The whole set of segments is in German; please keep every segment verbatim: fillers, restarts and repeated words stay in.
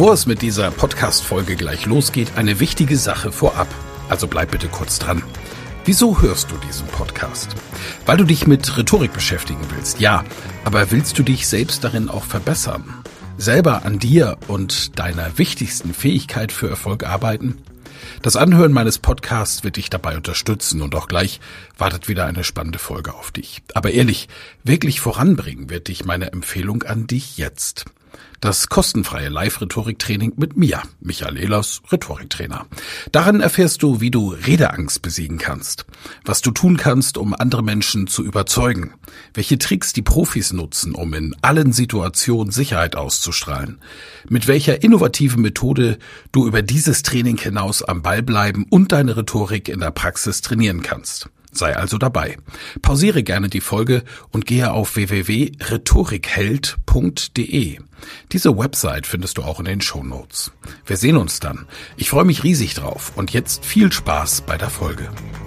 Bevor es mit dieser Podcast-Folge gleich losgeht, eine wichtige Sache vorab. Also bleib bitte kurz dran. Wieso hörst du diesen Podcast? Weil du dich mit Rhetorik beschäftigen willst, ja. Aber willst du dich selbst darin auch verbessern? Selber an dir und deiner wichtigsten Fähigkeit für Erfolg arbeiten? Das Anhören meines Podcasts wird dich dabei unterstützen und auch gleich wartet wieder eine spannende Folge auf dich. Aber ehrlich, wirklich voranbringen wird dich meine Empfehlung an dich jetzt. Das kostenfreie Live-Rhetorik-Training mit mir, Michael Ehlers, Rhetoriktrainer. Darin erfährst du, wie du Redeangst besiegen kannst, was du tun kannst, um andere Menschen zu überzeugen, welche Tricks die Profis nutzen, um in allen Situationen Sicherheit auszustrahlen, mit welcher innovativen Methode du über dieses Training hinaus am Ball bleiben und deine Rhetorik in der Praxis trainieren kannst. Sei also dabei. Pausiere gerne die Folge und gehe auf w w w punkt rhetorikheld punkt d e. Diese Website findest du auch in den Shownotes. Wir sehen uns dann. Ich freue mich riesig drauf und jetzt viel Spaß bei der Folge.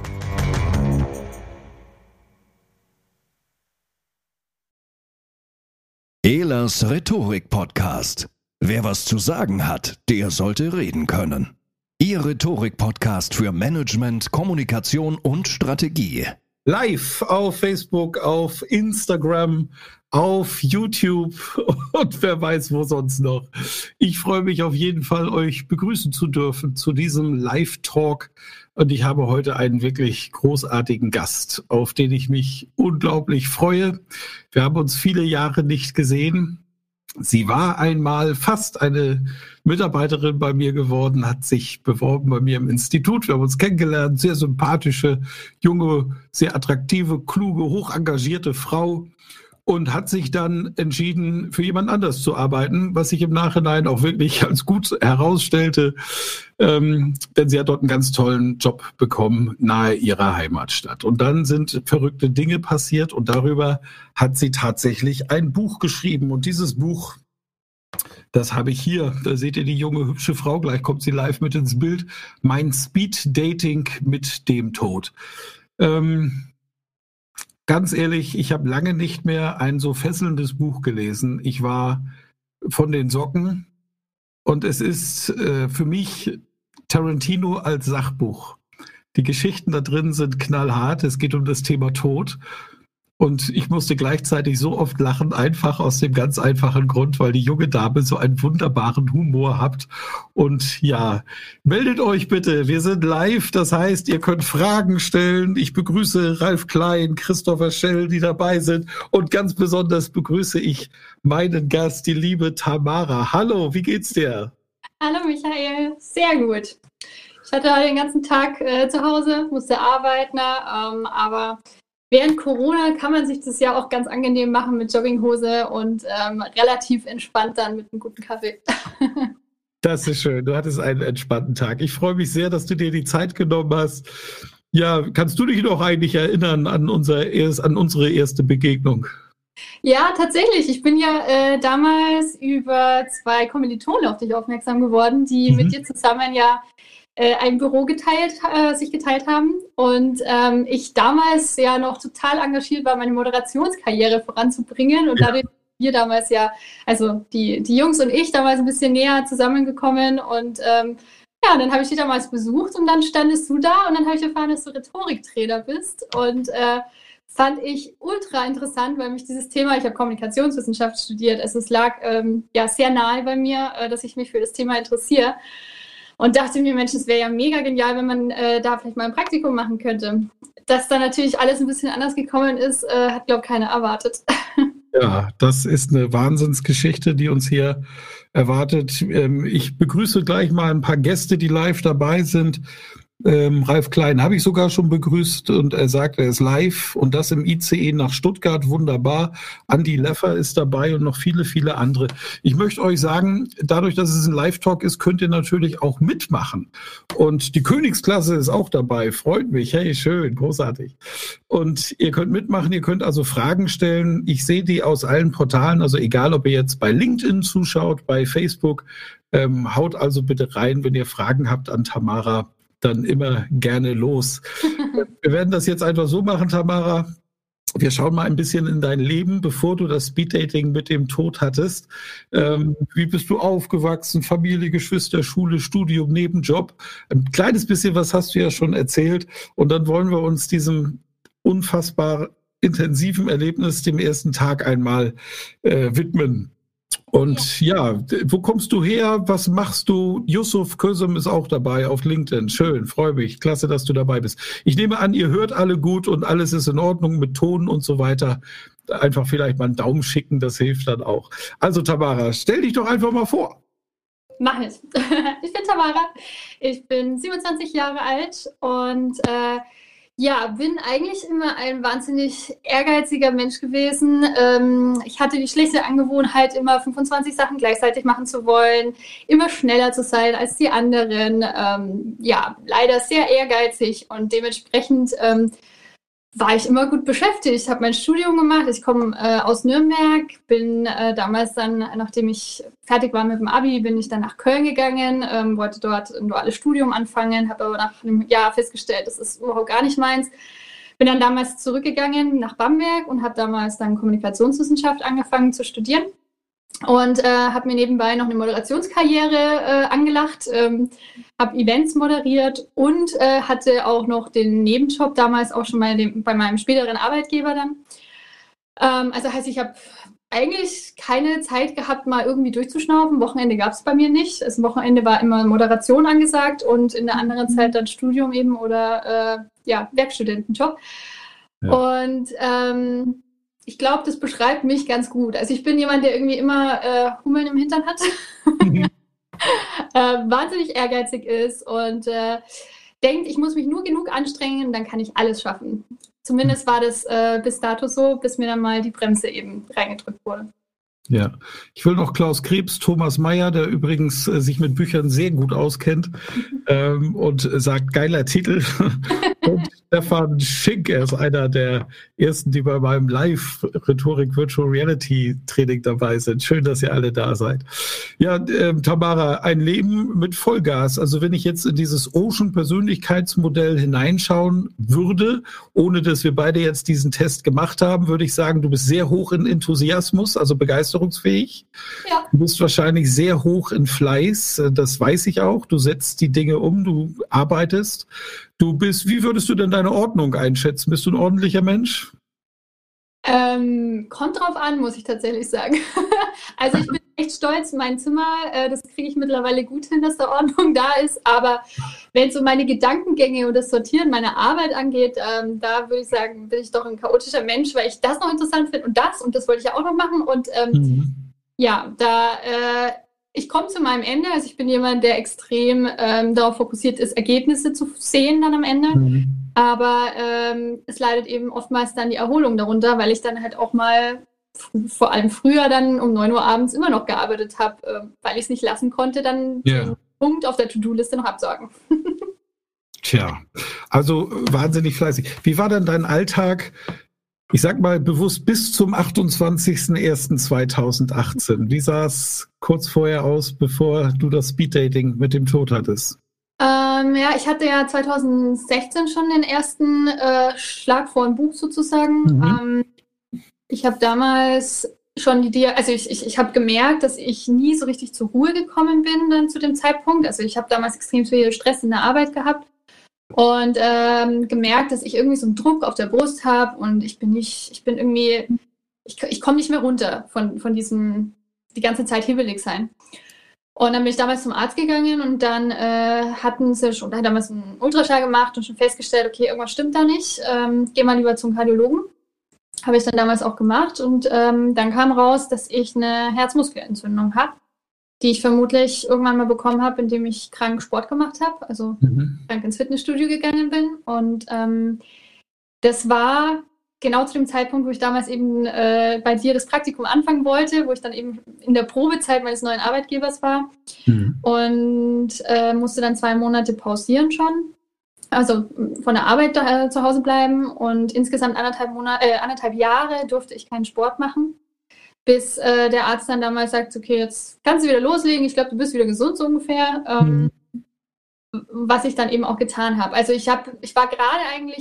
Ehlers Rhetorik-Podcast. Wer was zu sagen hat, der sollte reden können. Ihr Rhetorik-Podcast für Management, Kommunikation und Strategie. Live auf Facebook, auf Instagram, auf YouTube und wer weiß wo sonst noch. Ich freue mich auf jeden Fall, euch begrüßen zu dürfen zu diesem Live-Talk. Und ich habe heute einen wirklich großartigen Gast, auf den ich mich unglaublich freue. Wir haben uns viele Jahre nicht gesehen. Sie war einmal fast eine Mitarbeiterin bei mir geworden, hat sich beworben bei mir im Institut. Wir haben uns kennengelernt, sehr sympathische, junge, sehr attraktive, kluge, hoch engagierte Frau und hat sich dann entschieden, für jemand anders zu arbeiten, was sich im Nachhinein auch wirklich als gut herausstellte, ähm, denn sie hat dort einen ganz tollen Job bekommen, nahe ihrer Heimatstadt. Und dann sind verrückte Dinge passiert und darüber hat sie tatsächlich ein Buch geschrieben. Und dieses Buch, das habe ich hier, da seht ihr die junge, hübsche Frau, gleich kommt sie live mit ins Bild, mein Speed-Dating mit dem Tod. Ähm, Ganz ehrlich, ich habe lange nicht mehr ein so fesselndes Buch gelesen. Ich war von den Socken und es ist äh, für mich Tarantino als Sachbuch. Die Geschichten da drin sind knallhart. Es geht um das Thema Tod. Und ich musste gleichzeitig so oft lachen, einfach aus dem ganz einfachen Grund, weil die junge Dame so einen wunderbaren Humor hat. Und ja, meldet euch bitte, wir sind live, das heißt, ihr könnt Fragen stellen. Ich begrüße Ralf Klein, Christopher Schell, die dabei sind. Und ganz besonders begrüße ich meinen Gast, die liebe Tamara. Hallo, wie geht's dir? Hallo Michael, sehr gut. Ich hatte heute den ganzen Tag äh, zu Hause, musste arbeiten, ähm, aber während Corona kann man sich das ja auch ganz angenehm machen mit Jogginghose und ähm, relativ entspannt dann mit einem guten Kaffee. Das ist schön. Du hattest einen entspannten Tag. Ich freue mich sehr, dass du dir die Zeit genommen hast. Ja, kannst du dich noch eigentlich erinnern an, unser erst, an unsere erste Begegnung? Ja, tatsächlich. Ich bin ja äh, damals über zwei Kommilitonen auf dich aufmerksam geworden, die mhm. mit dir zusammen ja ein Büro geteilt, äh, sich geteilt haben und ähm, ich damals ja noch total engagiert war, meine Moderationskarriere voranzubringen und ja. dadurch wir damals ja, also die, die Jungs und ich damals ein bisschen näher zusammengekommen und ähm, ja, dann habe ich dich damals besucht und dann standest du da und dann habe ich erfahren, dass du Rhetoriktrainer bist und äh, fand ich ultra interessant, weil mich dieses Thema, ich habe Kommunikationswissenschaft studiert, also es lag ähm, ja sehr nahe bei mir, äh, dass ich mich für das Thema interessiere. Und dachte mir, Mensch, es wäre ja mega genial, wenn man äh, da vielleicht mal ein Praktikum machen könnte. Dass dann natürlich alles ein bisschen anders gekommen ist, äh, hat, glaube ich, keiner erwartet. Ja, das ist eine Wahnsinnsgeschichte, die uns hier erwartet. Ähm, ich begrüße gleich mal ein paar Gäste, die live dabei sind. Ähm, Ralf Klein habe ich sogar schon begrüßt und er sagt, er ist live und das im I C E nach Stuttgart, wunderbar. Andi Leffer ist dabei und noch viele, viele andere. Ich möchte euch sagen, dadurch, dass es ein Live-Talk ist, könnt ihr natürlich auch mitmachen. Und die Königsklasse ist auch dabei, freut mich. Hey, schön, großartig. Und ihr könnt mitmachen, ihr könnt also Fragen stellen. Ich sehe die aus allen Portalen, also egal, ob ihr jetzt bei LinkedIn zuschaut, bei Facebook, ähm, haut also bitte rein, wenn ihr Fragen habt an Tamara. Dann immer gerne los. Wir werden das jetzt einfach so machen, Tamara. Wir schauen mal ein bisschen in dein Leben, bevor du das Speeddating mit dem Tod hattest. Ähm, wie bist du aufgewachsen? Familie, Geschwister, Schule, Studium, Nebenjob. Ein kleines bisschen was hast du ja schon erzählt. Und dann wollen wir uns diesem unfassbar intensiven Erlebnis dem ersten Tag einmal äh, widmen. Und ja. ja, wo kommst du her? Was machst du? Yusuf Közüm ist auch dabei auf LinkedIn. Schön, freue mich. Klasse, dass du dabei bist. Ich nehme an, ihr hört alle gut und alles ist in Ordnung mit Ton und so weiter. Einfach vielleicht mal einen Daumen schicken, das hilft dann auch. Also Tamara, stell dich doch einfach mal vor. Mach ich. Ich bin Tamara. Ich bin siebenundzwanzig Jahre alt und äh, ja, bin eigentlich immer ein wahnsinnig ehrgeiziger Mensch gewesen. Ähm, ich hatte die schlechte Angewohnheit, immer fünfundzwanzig Sachen gleichzeitig machen zu wollen, immer schneller zu sein als die anderen. Ähm, ja, leider sehr ehrgeizig und dementsprechend ähm, war ich immer gut beschäftigt. Ich habe mein Studium gemacht. Ich komme äh, aus Nürnberg, bin äh, damals dann, nachdem ich fertig war mit dem Abi, bin ich dann nach Köln gegangen, ähm, wollte dort ein duales Studium anfangen, habe aber nach einem Jahr festgestellt, das ist überhaupt gar nicht meins. Bin dann damals zurückgegangen nach Bamberg und habe damals dann Kommunikationswissenschaft angefangen zu studieren. Und äh, habe mir nebenbei noch eine Moderationskarriere äh, angelacht, ähm, habe Events moderiert und äh, hatte auch noch den Nebenjob damals auch schon bei, dem, bei meinem späteren Arbeitgeber dann. Ähm, also heißt, ich habe eigentlich keine Zeit gehabt, mal irgendwie durchzuschnaufen. Wochenende gab es bei mir nicht. Das Wochenende war immer Moderation angesagt und in der anderen Zeit dann Studium eben oder äh, ja, Werkstudentenjob. Ja. Und ähm, ich glaube, das beschreibt mich ganz gut. Also ich bin jemand, der irgendwie immer äh, Hummeln im Hintern hat, mhm. äh, wahnsinnig ehrgeizig ist und äh, denkt, ich muss mich nur genug anstrengen, dann kann ich alles schaffen. Zumindest war das äh, bis dato so, bis mir dann mal die Bremse eben reingedrückt wurde. Ja, ich will noch Klaus Krebs, Thomas Mayer, der übrigens äh, sich mit Büchern sehr gut auskennt mhm. ähm, und sagt, geiler Titel. Und Stefan Schink, er ist einer der ersten, die bei meinem Live-Rhetorik Virtual Reality Training dabei sind. Schön, dass ihr alle da seid. Ja, äh, Tamara, ein Leben mit Vollgas. Also wenn ich jetzt in dieses Ocean-Persönlichkeitsmodell hineinschauen würde, ohne dass wir beide jetzt diesen Test gemacht haben, würde ich sagen, du bist sehr hoch in Enthusiasmus, also begeisterungsfähig. Ja. Du bist wahrscheinlich sehr hoch in Fleiß. Das weiß ich auch. Du setzt die Dinge um, du arbeitest. Du bist, wie würdest du denn deine Ordnung einschätzen? Bist du ein ordentlicher Mensch? Ähm, kommt drauf an, muss ich tatsächlich sagen. Also ich bin echt stolz, mein Zimmer, äh, das kriege ich mittlerweile gut hin, dass da Ordnung da ist. Aber wenn es so meine Gedankengänge und das Sortieren meiner Arbeit angeht, ähm, da würde ich sagen, bin ich doch ein chaotischer Mensch, weil ich das noch interessant finde und das und das wollte ich ja auch noch machen. Und ähm, mhm. ja, da... Äh, Ich komme zu meinem Ende, also ich bin jemand, der extrem ähm, darauf fokussiert ist, Ergebnisse zu sehen dann am Ende. Mhm. Aber ähm, es leidet eben oftmals dann die Erholung darunter, weil ich dann halt auch mal f- vor allem früher dann um neun Uhr abends immer noch gearbeitet habe, äh, weil ich es nicht lassen konnte, dann yeah. den Punkt auf der To-Do-Liste noch abzuhaken. Tja, also wahnsinnig fleißig. Wie war denn dein Alltag? Ich sag mal bewusst bis zum achtundzwanzigsten ersten zweitausendachtzehn. Wie sah es kurz vorher aus, bevor du das Speeddating mit dem Tod hattest? Ähm, ja, ich hatte ja zweitausendsechzehn schon den ersten äh, Schlag vor dem Buch sozusagen. Mhm. Ähm, ich habe damals schon die Dia- also ich, ich, ich habe gemerkt, dass ich nie so richtig zur Ruhe gekommen bin dann zu dem Zeitpunkt. Also ich habe damals extrem viel Stress in der Arbeit gehabt. Und ähm, gemerkt, dass ich irgendwie so einen Druck auf der Brust habe und ich bin nicht, ich bin irgendwie, ich, ich komme nicht mehr runter von, von diesem, die ganze Zeit hibbelig sein. Und dann bin ich damals zum Arzt gegangen und dann äh, hatten sie schon, hat damals einen Ultraschall gemacht und schon festgestellt, okay, irgendwas stimmt da nicht, ähm, geh mal lieber zum Kardiologen. Habe ich dann damals auch gemacht und ähm, dann kam raus, dass ich eine Herzmuskelentzündung habe, die ich vermutlich irgendwann mal bekommen habe, indem ich krank Sport gemacht habe, also mhm. krank ins Fitnessstudio gegangen bin. Und ähm, das war genau zu dem Zeitpunkt, wo ich damals eben äh, bei dir das Praktikum anfangen wollte, wo ich dann eben in der Probezeit meines neuen Arbeitgebers war mhm. und äh, musste dann zwei Monate pausieren schon, also von der Arbeit äh, zu Hause bleiben und insgesamt anderthalb, Monate, äh, anderthalb Jahre durfte ich keinen Sport machen. Bis äh, der Arzt dann damals sagt, okay, jetzt kannst du wieder loslegen, ich glaube, du bist wieder gesund so ungefähr, ähm, mhm. was ich dann eben auch getan habe. Also ich, hab, ich war gerade eigentlich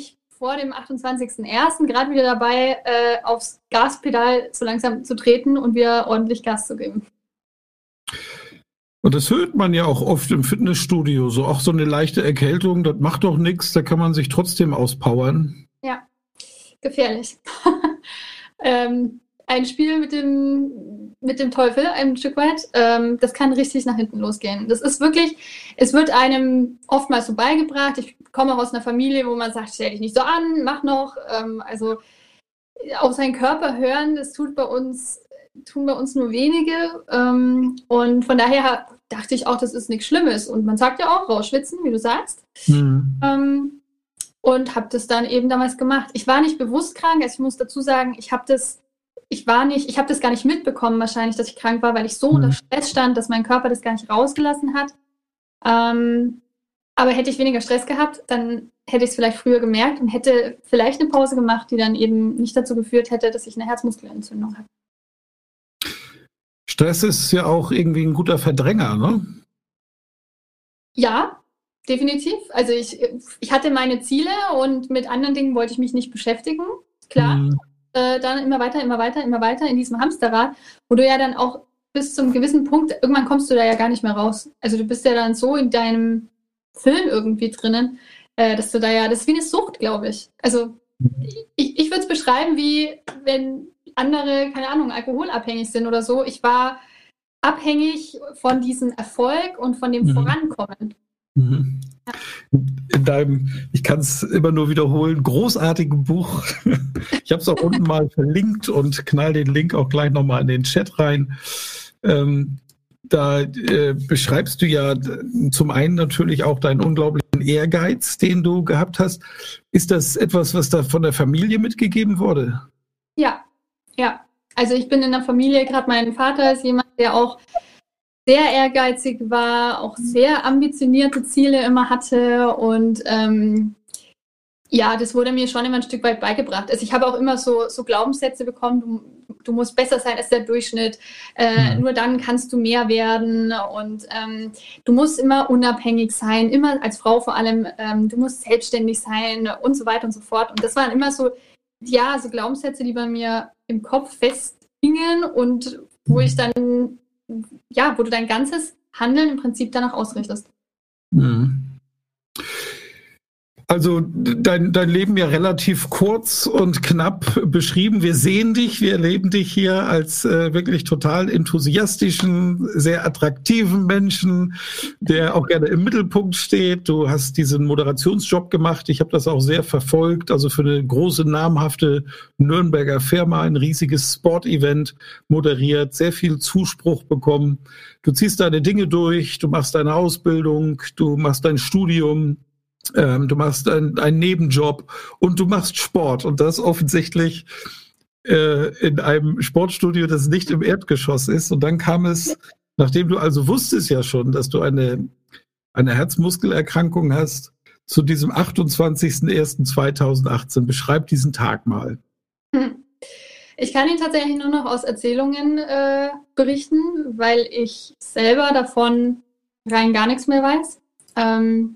vor dem achtundzwanzigsten ersten gerade wieder dabei, äh, aufs Gaspedal so langsam zu treten und wieder ordentlich Gas zu geben. Und das hört man ja auch oft im Fitnessstudio, so auch so eine leichte Erkältung, das macht doch nichts, da kann man sich trotzdem auspowern. Ja, gefährlich. ähm, ein Spiel mit dem, mit dem Teufel, ein Stück weit, ähm, das kann richtig nach hinten losgehen. Das ist wirklich, es wird einem oftmals so beigebracht. Ich komme auch aus einer Familie, wo man sagt, stell dich nicht so an, mach noch. Ähm, also auf seinen Körper hören, das tut bei uns, tun bei uns nur wenige. Ähm, und von daher dachte ich auch, das ist nichts Schlimmes. Und man sagt ja auch, rausschwitzen, wie du sagst. Mhm. Ähm, und habe das dann eben damals gemacht. Ich war nicht bewusst krank, also ich muss dazu sagen, ich habe das Ich war nicht, ich habe das gar nicht mitbekommen wahrscheinlich, dass ich krank war, weil ich so unter Stress stand, dass mein Körper das gar nicht rausgelassen hat. Ähm, aber hätte ich weniger Stress gehabt, dann hätte ich es vielleicht früher gemerkt und hätte vielleicht eine Pause gemacht, die dann eben nicht dazu geführt hätte, dass ich eine Herzmuskelentzündung habe. Stress ist ja auch irgendwie ein guter Verdränger, ne? Ja, definitiv. Also ich, ich hatte meine Ziele und mit anderen Dingen wollte ich mich nicht beschäftigen, klar. Mhm. Dann immer weiter, immer weiter, immer weiter in diesem Hamsterrad, wo du ja dann auch bis zum gewissen Punkt, irgendwann kommst du da ja gar nicht mehr raus. Also du bist ja dann so in deinem Film irgendwie drinnen, dass du da ja, das ist wie eine Sucht, glaube ich. Also ich, ich würde es beschreiben, wie wenn andere, keine Ahnung, alkoholabhängig sind oder so. Ich war abhängig von diesem Erfolg und von dem mhm. Vorankommen. Mhm. Ja. In deinem, ich kann es immer nur wiederholen, großartigen Buch. Ich habe es auch unten mal verlinkt und knall den Link auch gleich nochmal in den Chat rein. Ähm, da äh, beschreibst du ja zum einen natürlich auch deinen unglaublichen Ehrgeiz, den du gehabt hast. Ist das etwas, was da von der Familie mitgegeben wurde? Ja, ja. Also ich bin in der Familie, gerade mein Vater ist jemand, der auch sehr ehrgeizig war, auch sehr ambitionierte Ziele immer hatte und ähm, ja, das wurde mir schon immer ein Stück weit beigebracht. Also ich habe auch immer so, so Glaubenssätze bekommen, du, du musst besser sein als der Durchschnitt, äh, mhm. nur dann kannst du mehr werden und ähm, du musst immer unabhängig sein, immer als Frau vor allem, ähm, du musst selbstständig sein und so weiter und so fort. Und das waren immer so, ja, so Glaubenssätze, die bei mir im Kopf festhingen und wo ich dann ja, wo du dein ganzes Handeln im Prinzip danach ausrichtest. Also dein, dein Leben ja relativ kurz und knapp beschrieben. Wir sehen dich, wir erleben dich hier als äh, wirklich total enthusiastischen, sehr attraktiven Menschen, der auch gerne im Mittelpunkt steht. Du hast diesen Moderationsjob gemacht. Ich habe das auch sehr verfolgt. Also für eine große, namhafte Nürnberger Firma ein riesiges Sportevent moderiert, sehr viel Zuspruch bekommen. Du ziehst deine Dinge durch, du machst deine Ausbildung, du machst dein Studium. Ähm, du machst einen, einen Nebenjob und du machst Sport und das offensichtlich äh, in einem Sportstudio, das nicht im Erdgeschoss ist. Und dann kam es, nachdem du also wusstest ja schon, dass du eine, eine Herzmuskelerkrankung hast, zu diesem achtundzwanzigsten ersten zweitausendachtzehn. Beschreib diesen Tag mal. Ich kann Ihnen tatsächlich nur noch aus Erzählungen äh, berichten, weil ich selber davon rein gar nichts mehr weiß. Ähm,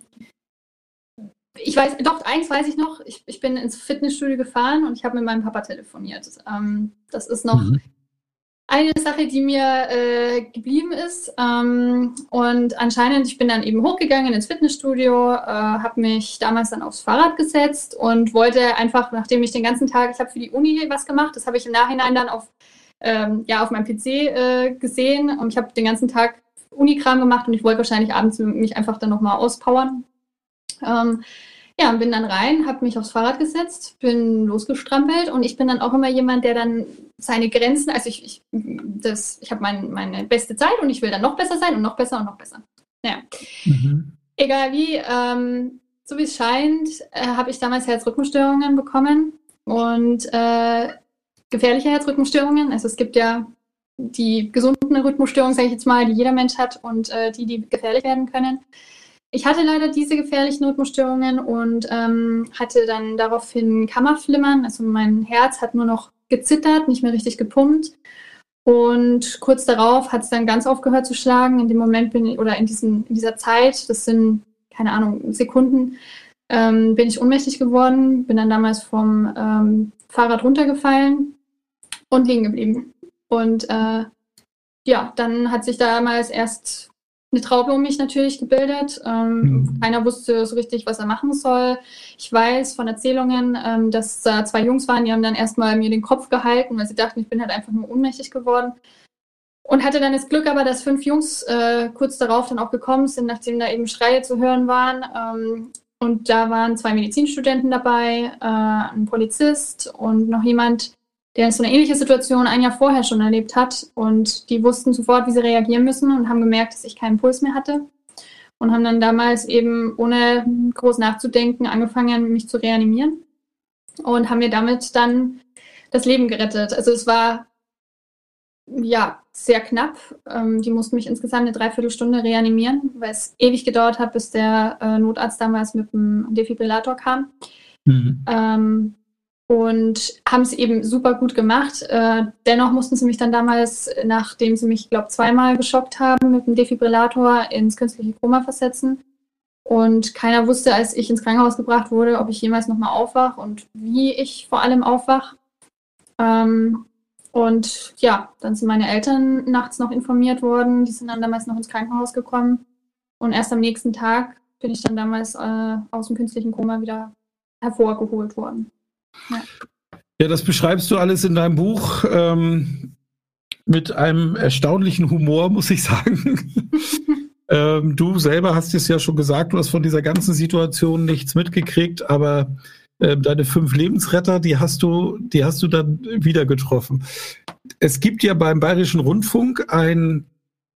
Ich weiß, doch, eins weiß ich noch, ich, ich bin ins Fitnessstudio gefahren und ich habe mit meinem Papa telefoniert. Ähm, das ist noch mhm. eine Sache, die mir äh, geblieben ist. Ähm, und anscheinend, ich bin dann eben hochgegangen ins Fitnessstudio, äh, habe mich damals dann aufs Fahrrad gesetzt und wollte einfach, nachdem ich den ganzen Tag, ich habe für die Uni was gemacht, das habe ich im Nachhinein dann auf, ähm, ja, auf meinem P C äh, gesehen und ich habe den ganzen Tag Unikram gemacht und ich wollte wahrscheinlich abends mich einfach dann nochmal auspowern. Ähm, ja, bin dann rein, habe mich aufs Fahrrad gesetzt, bin losgestrampelt und ich bin dann auch immer jemand, der dann seine Grenzen, also ich, ich, das, ich habe mein, meine beste Zeit und ich will dann noch besser sein und noch besser und noch besser. Ja. Mhm. Egal wie, ähm, so wie es scheint, äh, habe ich damals Herzrhythmusstörungen bekommen und äh, gefährliche Herzrhythmusstörungen. Also es gibt ja die gesunden Rhythmusstörungen, sage ich jetzt mal, die jeder Mensch hat und äh, die, die gefährlich werden können. Ich hatte leider diese gefährlichen Rhythmusstörungen und ähm, hatte dann daraufhin Kammerflimmern. Also mein Herz hat nur noch gezittert, nicht mehr richtig gepumpt. Und kurz darauf hat es dann ganz aufgehört zu schlagen. In dem Moment bin ich, oder in, diesen, in dieser Zeit, das sind, keine Ahnung, Sekunden, ähm, bin ich ohnmächtig geworden, bin dann damals vom ähm, Fahrrad runtergefallen und liegen geblieben. Und äh, ja, dann hat sich damals erst eine Traube um mich natürlich gebildet. Ähm, mhm. Keiner wusste so richtig, was er machen soll. Ich weiß von Erzählungen, ähm, dass da zwei Jungs waren, die haben dann erstmal mir den Kopf gehalten, weil sie dachten, ich bin halt einfach nur ohnmächtig geworden. Und hatte dann das Glück aber, dass fünf Jungs äh, kurz darauf dann auch gekommen sind, nachdem da eben Schreie zu hören waren. Ähm, und da waren zwei Medizinstudenten dabei, äh, ein Polizist und noch jemand, der so eine ähnliche Situation ein Jahr vorher schon erlebt hat. Und die wussten sofort, wie sie reagieren müssen und haben gemerkt, dass ich keinen Puls mehr hatte. Und haben dann damals eben, ohne groß nachzudenken, angefangen, mich zu reanimieren. Und haben mir damit dann das Leben gerettet. Also es war, ja, sehr knapp. Ähm, die mussten mich insgesamt eine Dreiviertelstunde reanimieren, weil es ewig gedauert hat, bis der äh, Notarzt damals mit dem Defibrillator kam. Mhm. Ähm, Und haben es eben super gut gemacht. Äh, dennoch mussten sie mich dann damals, nachdem sie mich, glaube ich, zweimal geschockt haben, mit dem Defibrillator ins künstliche Koma versetzen. Und keiner wusste, als ich ins Krankenhaus gebracht wurde, ob ich jemals nochmal aufwache und wie ich vor allem aufwache. Ähm, und ja, dann sind meine Eltern nachts noch informiert worden. Die sind dann damals noch ins Krankenhaus gekommen. Und erst am nächsten Tag bin ich dann damals äh, aus dem künstlichen Koma wieder hervorgeholt worden. Ja. Ja, das beschreibst du alles in deinem Buch ähm, mit einem erstaunlichen Humor, muss ich sagen. ähm, du selber hast es ja schon gesagt, du hast von dieser ganzen Situation nichts mitgekriegt, aber äh, deine fünf Lebensretter, die hast du, die hast du dann wieder getroffen. Es gibt ja beim Bayerischen Rundfunk ein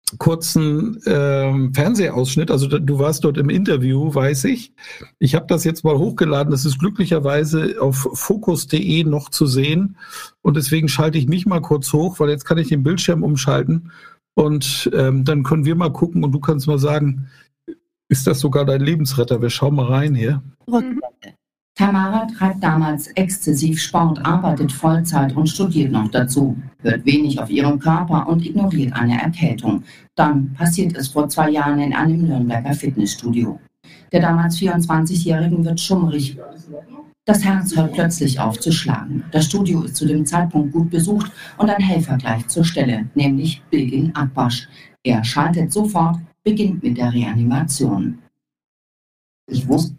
kurzen ähm, Fernsehausschnitt, also du warst dort im Interview, weiß ich. Ich habe das jetzt mal hochgeladen, das ist glücklicherweise auf fokus punkt de noch zu sehen und deswegen schalte ich mich mal kurz hoch, weil jetzt kann ich den Bildschirm umschalten und ähm, dann können wir mal gucken und du kannst mal sagen, ist das sogar dein Lebensretter? Wir schauen mal rein hier. Mhm. Tamara treibt damals exzessiv Sport, arbeitet Vollzeit und studiert noch dazu, hört wenig auf ihren Körper und ignoriert eine Erkältung. Dann passiert es vor zwei Jahren in einem Nürnberger Fitnessstudio. Der damals vierundzwanzigjährigen wird schummrig. Das Herz hört plötzlich auf zu schlagen. Das Studio ist zu dem Zeitpunkt gut besucht und ein Helfer gleich zur Stelle, nämlich Bilgin Akbasch. Er schaltet sofort, beginnt mit der Reanimation. Ich wusste,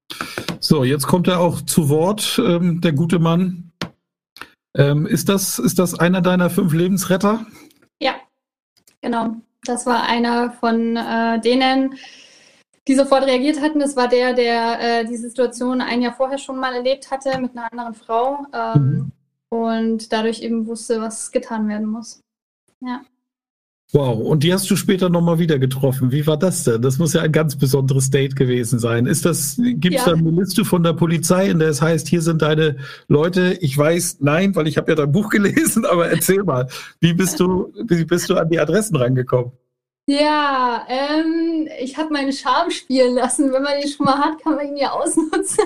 So, jetzt kommt er auch zu Wort, ähm, der gute Mann. Ähm, ist das, ist das einer deiner fünf Lebensretter? Ja, genau. Das war einer von äh, denen, die sofort reagiert hatten. Das war der, der äh, die Situation ein Jahr vorher schon mal erlebt hatte mit einer anderen Frau ähm, mhm. und dadurch eben wusste, was getan werden muss. Ja. Wow, und die hast du später nochmal wieder getroffen. Wie war das denn? Das muss ja ein ganz besonderes Date gewesen sein. Ist das, gibt es ja. da eine Liste von der Polizei, in der es heißt, hier sind deine Leute? Ich weiß, nein, weil ich habe ja dein Buch gelesen, aber erzähl mal, wie bist du, wie bist du an die Adressen rangekommen? Ja, ähm, ich habe meinen Charme spielen lassen. Wenn man den schon mal hat, kann man ihn ja ausnutzen.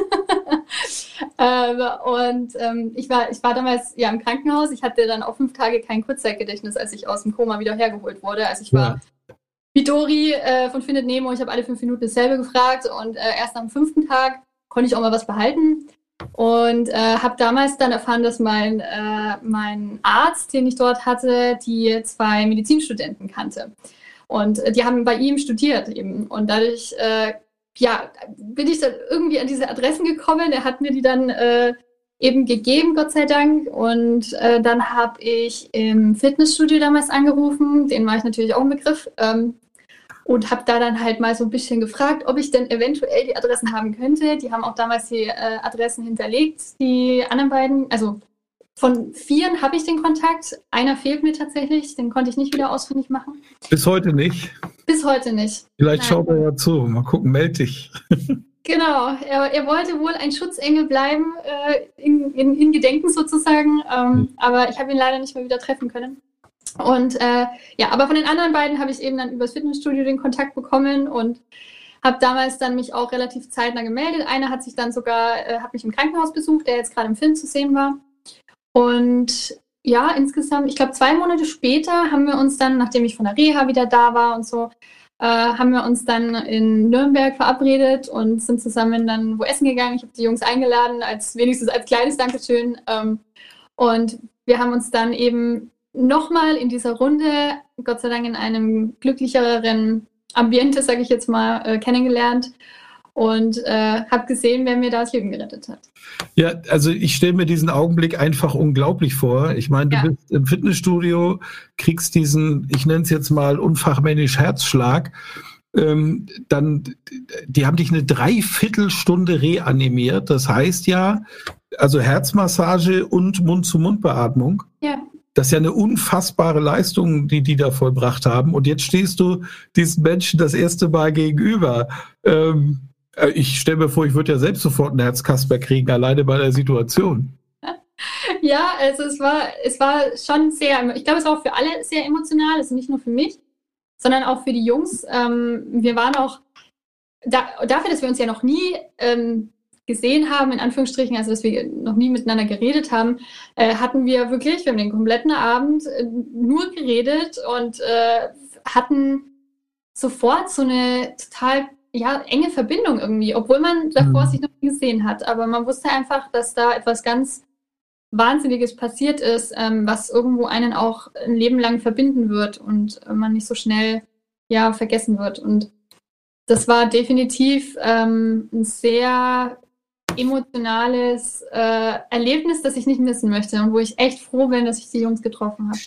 ähm, und ähm, ich war, ich war damals ja im Krankenhaus. Ich hatte dann auch fünf Tage kein Kurzzeitgedächtnis, als ich aus dem Koma wieder hergeholt wurde. Also ich war ja. wie Dory äh, von Findet Nemo. Ich habe alle fünf Minuten dasselbe gefragt und äh, erst am fünften Tag konnte ich auch mal was behalten. Und äh, habe damals dann erfahren, dass mein, äh, mein Arzt, den ich dort hatte, die zwei Medizinstudenten kannte. Und äh, die haben bei ihm studiert eben. Und dadurch äh, ja, bin ich dann irgendwie an diese Adressen gekommen. Er hat mir die dann äh, eben gegeben, Gott sei Dank. Und äh, dann habe ich im Fitnessstudio damals angerufen. Den war ich natürlich auch im Begriff. Ähm, und habe da dann halt mal so ein bisschen gefragt, ob ich denn eventuell die Adressen haben könnte. Die haben auch damals die äh, Adressen hinterlegt, die anderen beiden. Also von vieren habe ich den Kontakt. Einer fehlt mir tatsächlich. Den konnte ich nicht wieder ausfindig machen. Bis heute nicht? Bis heute nicht. Vielleicht Nein. Schaut er ja zu. Mal gucken, meld dich. Genau. Er, er wollte wohl ein Schutzengel bleiben, äh, in, in, in Gedenken sozusagen. Ähm, hm. Aber ich habe ihn leider nicht mehr wieder treffen können. Und äh, ja, aber von den anderen beiden habe ich eben dann übers Fitnessstudio den Kontakt bekommen und habe damals dann mich auch relativ zeitnah gemeldet. Einer hat sich dann sogar, äh, hat mich im Krankenhaus besucht, der jetzt gerade im Film zu sehen war. Und ja, insgesamt, ich glaube zwei Monate später haben wir uns dann, nachdem ich von der Reha wieder da war und so, äh, haben wir uns dann in Nürnberg verabredet und sind zusammen dann wo essen gegangen. Ich habe die Jungs eingeladen, als wenigstens als kleines Dankeschön. Ähm, und wir haben uns dann eben nochmal in dieser Runde, Gott sei Dank in einem glücklicheren Ambiente, sage ich jetzt mal, äh, kennengelernt. Und äh, habe gesehen, wer mir da das Leben gerettet hat. Ja, also ich stelle mir diesen Augenblick einfach unglaublich vor. Ich meine, du ja. bist im Fitnessstudio, kriegst diesen, ich nenne es jetzt mal unfachmännisch Herzschlag. Ähm, dann, die haben dich eine Dreiviertelstunde reanimiert. Das heißt ja, also Herzmassage und Mund-zu-Mund-Beatmung. Ja. Das ist ja eine unfassbare Leistung, die die da vollbracht haben. Und jetzt stehst du diesen Menschen das erste Mal gegenüber. Ähm, Ich stelle mir vor, ich würde ja selbst sofort einen Herzkasper kriegen, alleine bei der Situation. Ja, also es war, es war schon sehr, ich glaube, es war auch für alle sehr emotional, also nicht nur für mich, sondern auch für die Jungs. Ähm, wir waren auch, da, dafür, dass wir uns ja noch nie ähm, gesehen haben, in Anführungsstrichen, also dass wir noch nie miteinander geredet haben, äh, hatten wir wirklich, wir haben den kompletten Abend äh, nur geredet und äh, hatten sofort so eine total ja, enge Verbindung irgendwie, obwohl man davor mhm. sich noch nie gesehen hat. Aber man wusste einfach, dass da etwas ganz Wahnsinniges passiert ist, ähm, was irgendwo einen auch ein Leben lang verbinden wird und äh, man nicht so schnell ja, vergessen wird. Und das war definitiv ähm, ein sehr emotionales äh, Erlebnis, das ich nicht missen möchte und wo ich echt froh bin, dass ich die Jungs getroffen habe.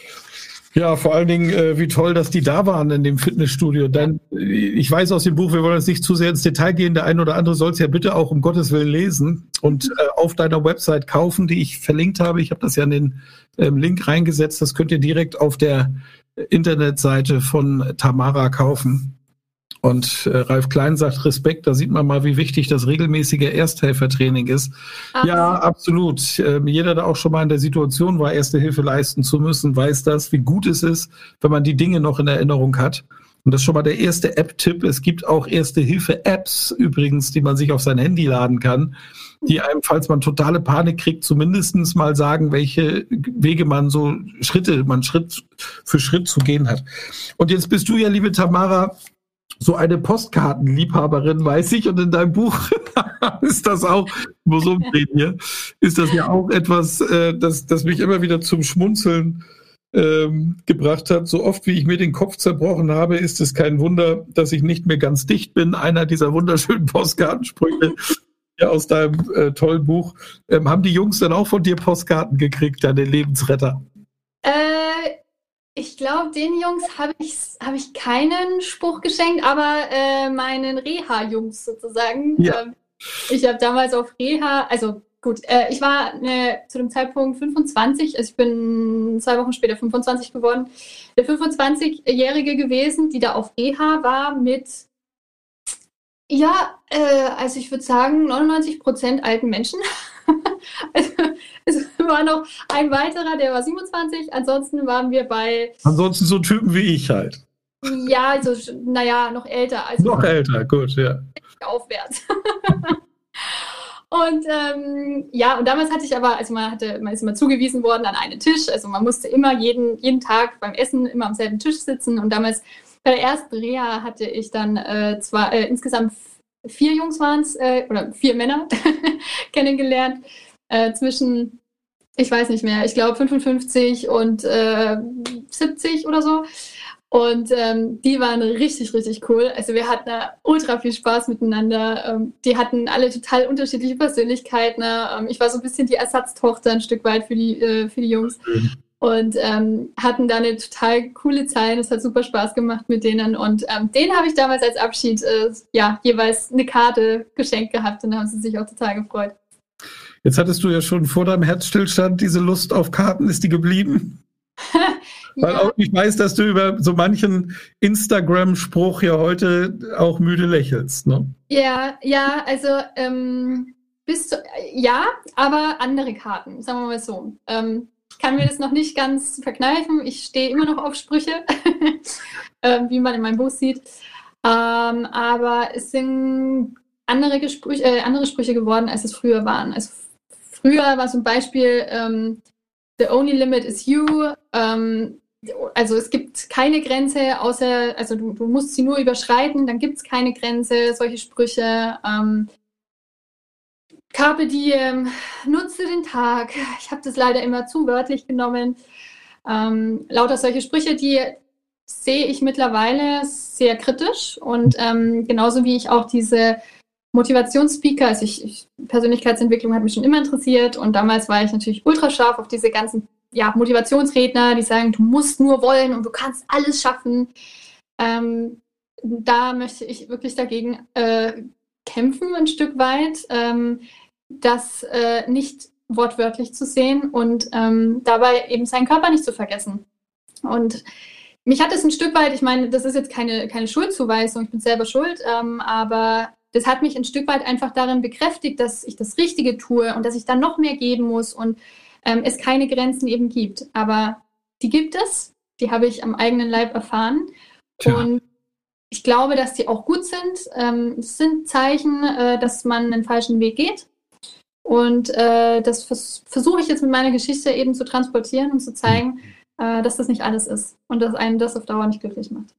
Ja, vor allen Dingen, äh, wie toll, dass die da waren in dem Fitnessstudio. Dann, ich weiß aus dem Buch, wir wollen jetzt nicht zu sehr ins Detail gehen, der eine oder andere soll es ja bitte auch um Gottes Willen lesen und äh, auf deiner Website kaufen, die ich verlinkt habe. Ich habe das ja in den ähm, Link reingesetzt. Das könnt ihr direkt auf der Internetseite von Tamara kaufen. Und äh, Ralf Klein sagt Respekt, da sieht man mal, wie wichtig das regelmäßige Ersthelfertraining ist. Absolut. Ja, absolut. Ähm, jeder, der auch schon mal in der Situation war, Erste Hilfe leisten zu müssen, weiß das, wie gut es ist, wenn man die Dinge noch in Erinnerung hat. Und das ist schon mal der erste App-Tipp. Es gibt auch Erste-Hilfe-Apps übrigens, die man sich auf sein Handy laden kann, die einem, falls man totale Panik kriegt, zumindest mal sagen, welche Wege man so Schritte, man Schritt für Schritt zu gehen hat. Und jetzt bist du ja, liebe Tamara, so eine Postkartenliebhaberin, weiß ich, und in deinem Buch ist das auch, muss umdrehen hier, ist das ja auch etwas, äh, das, das mich immer wieder zum Schmunzeln ähm, gebracht hat. So oft, wie ich mir den Kopf zerbrochen habe, ist es kein Wunder, dass ich nicht mehr ganz dicht bin. Einer dieser wunderschönen Postkartensprüche ja, aus deinem äh, tollen Buch. Ähm, haben die Jungs dann auch von dir Postkarten gekriegt, deine Lebensretter? Äh... Ich glaube, den Jungs habe ich, hab ich keinen Spruch geschenkt, aber äh, meinen Reha-Jungs sozusagen. Ja. Ähm, ich habe damals auf Reha, also gut, äh, ich war ne, zu dem Zeitpunkt fünfundzwanzig, also ich bin zwei Wochen später fünfundzwanzig geworden, der fünfundzwanzigjährige gewesen, die da auf Reha war mit, ja, äh, also ich würde sagen neunundneunzig Prozent alten Menschen. Also, es war noch ein weiterer, der war siebenundzwanzig. Ansonsten waren wir bei... Ansonsten so Typen wie ich halt. Ja, also, naja, noch älter. Also noch älter, gut, ja. Aufwärts. Und ähm, ja, und damals hatte ich aber, also man, hatte, man ist immer zugewiesen worden an einen Tisch. Also man musste immer jeden, jeden Tag beim Essen immer am selben Tisch sitzen. Und damals bei der ersten Reha hatte ich dann äh, zwar äh, insgesamt vier Jungs waren es, äh, oder vier Männer kennengelernt, äh, zwischen, ich weiß nicht mehr, ich glaube fünfundfünfzig und äh, siebzig oder so. Und ähm, die waren richtig, richtig cool. Also wir hatten da ultra viel Spaß miteinander. Ähm, die hatten alle total unterschiedliche Persönlichkeiten. Ähm, ich war so ein bisschen die Ersatztochter ein Stück weit für die, äh, für die Jungs. Mhm. Und ähm, hatten da eine total coole Zeit. Es hat super Spaß gemacht mit denen. Und ähm, denen habe ich damals als Abschied äh, ja, jeweils eine Karte geschenkt gehabt. Und da haben sie sich auch total gefreut. Jetzt hattest du ja schon vor deinem Herzstillstand diese Lust auf Karten. Ist die geblieben? Ja. Weil auch ich weiß, dass du über so manchen Instagram-Spruch ja heute auch müde lächelst, ne? Ja, ja, also ähm, bist du, ja, aber andere Karten, sagen wir mal so. Ähm, ich kann mir das noch nicht ganz verkneifen. Ich stehe immer noch auf Sprüche, äh, wie man in meinem Buch sieht. Ähm, aber es sind andere, Gesprüche, äh, andere Sprüche geworden, als es früher waren. Also früher war zum Beispiel ähm, The only limit is you. Ähm, also es gibt keine Grenze, außer, also du, du musst sie nur überschreiten, dann gibt es keine Grenze, solche Sprüche. Ähm, Carpe diem, nutze den Tag. Ich habe das leider immer zu wörtlich genommen. Ähm, lauter solche Sprüche, die sehe ich mittlerweile sehr kritisch. Und ähm, genauso wie ich auch diese Motivationsspeaker, also ich, ich, Persönlichkeitsentwicklung hat mich schon immer interessiert. Und damals war ich natürlich ultra scharf auf diese ganzen ja, Motivationsredner, die sagen, du musst nur wollen und du kannst alles schaffen. Ähm, da möchte ich wirklich dagegen äh, kämpfen, ein Stück weit. Ähm, das äh, nicht wortwörtlich zu sehen und ähm, dabei eben seinen Körper nicht zu vergessen. Und mich hat es ein Stück weit, ich meine, das ist jetzt keine, keine Schuldzuweisung, ich bin selber schuld, ähm, aber das hat mich ein Stück weit einfach darin bekräftigt, dass ich das Richtige tue und dass ich dann noch mehr geben muss und ähm, es keine Grenzen eben gibt. Aber die gibt es, die habe ich am eigenen Leib erfahren. Tja. Und ich glaube, dass die auch gut sind. Ähm, es sind Zeichen, äh, dass man einen falschen Weg geht. Und äh, das vers- versuche ich jetzt mit meiner Geschichte eben zu transportieren und zu zeigen, äh, dass das nicht alles ist und dass einen das auf Dauer nicht glücklich macht.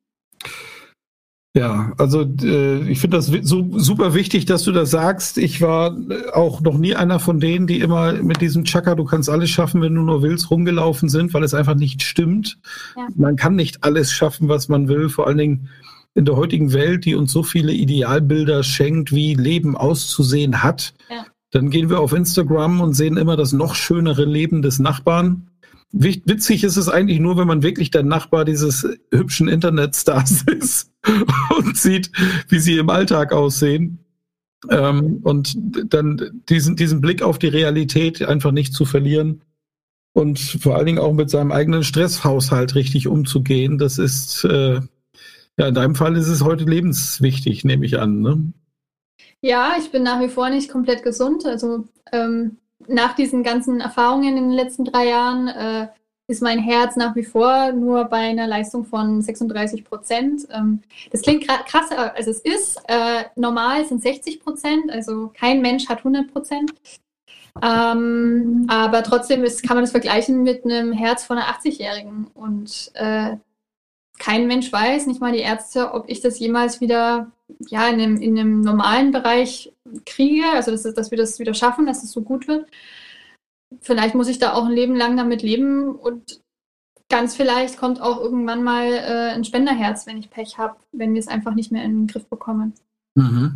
Ja, also äh, ich finde das so super wichtig, dass du das sagst. Ich war auch noch nie einer von denen, die immer mit diesem Chaka, du kannst alles schaffen, wenn du nur willst, rumgelaufen sind, weil es einfach nicht stimmt. Ja. Man kann nicht alles schaffen, was man will, vor allen Dingen in der heutigen Welt, die uns so viele Idealbilder schenkt, wie Leben auszusehen hat. Ja. Dann gehen wir auf Instagram und sehen immer das noch schönere Leben des Nachbarn. Witzig ist es eigentlich nur, wenn man wirklich der Nachbar dieses hübschen Internetstars ist und sieht, wie sie im Alltag aussehen. Ähm, und dann diesen, diesen Blick auf die Realität einfach nicht zu verlieren und vor allen Dingen auch mit seinem eigenen Stresshaushalt richtig umzugehen. Das ist, äh, ja, in deinem Fall ist es heute lebenswichtig, nehme ich an, ne? Ja, ich bin nach wie vor nicht komplett gesund. Also ähm, nach diesen ganzen Erfahrungen in den letzten drei Jahren äh, ist mein Herz nach wie vor nur bei einer Leistung von sechsunddreißig Prozent. Ähm, das klingt krass, also es ist äh, normal sind sechzig Prozent, also kein Mensch hat hundert Prozent. Ähm, aber trotzdem ist, kann man das vergleichen mit einem Herz von einer achtzigjährigen. Und äh, kein Mensch weiß, nicht mal die Ärzte, ob ich das jemals wieder ja, in, einem, in einem normalen Bereich kriege, also dass, dass wir das wieder schaffen, dass es so gut wird. Vielleicht muss ich da auch ein Leben lang damit leben und ganz vielleicht kommt auch irgendwann mal äh, ein Spenderherz, wenn ich Pech habe, wenn wir es einfach nicht mehr in den Griff bekommen. Mhm.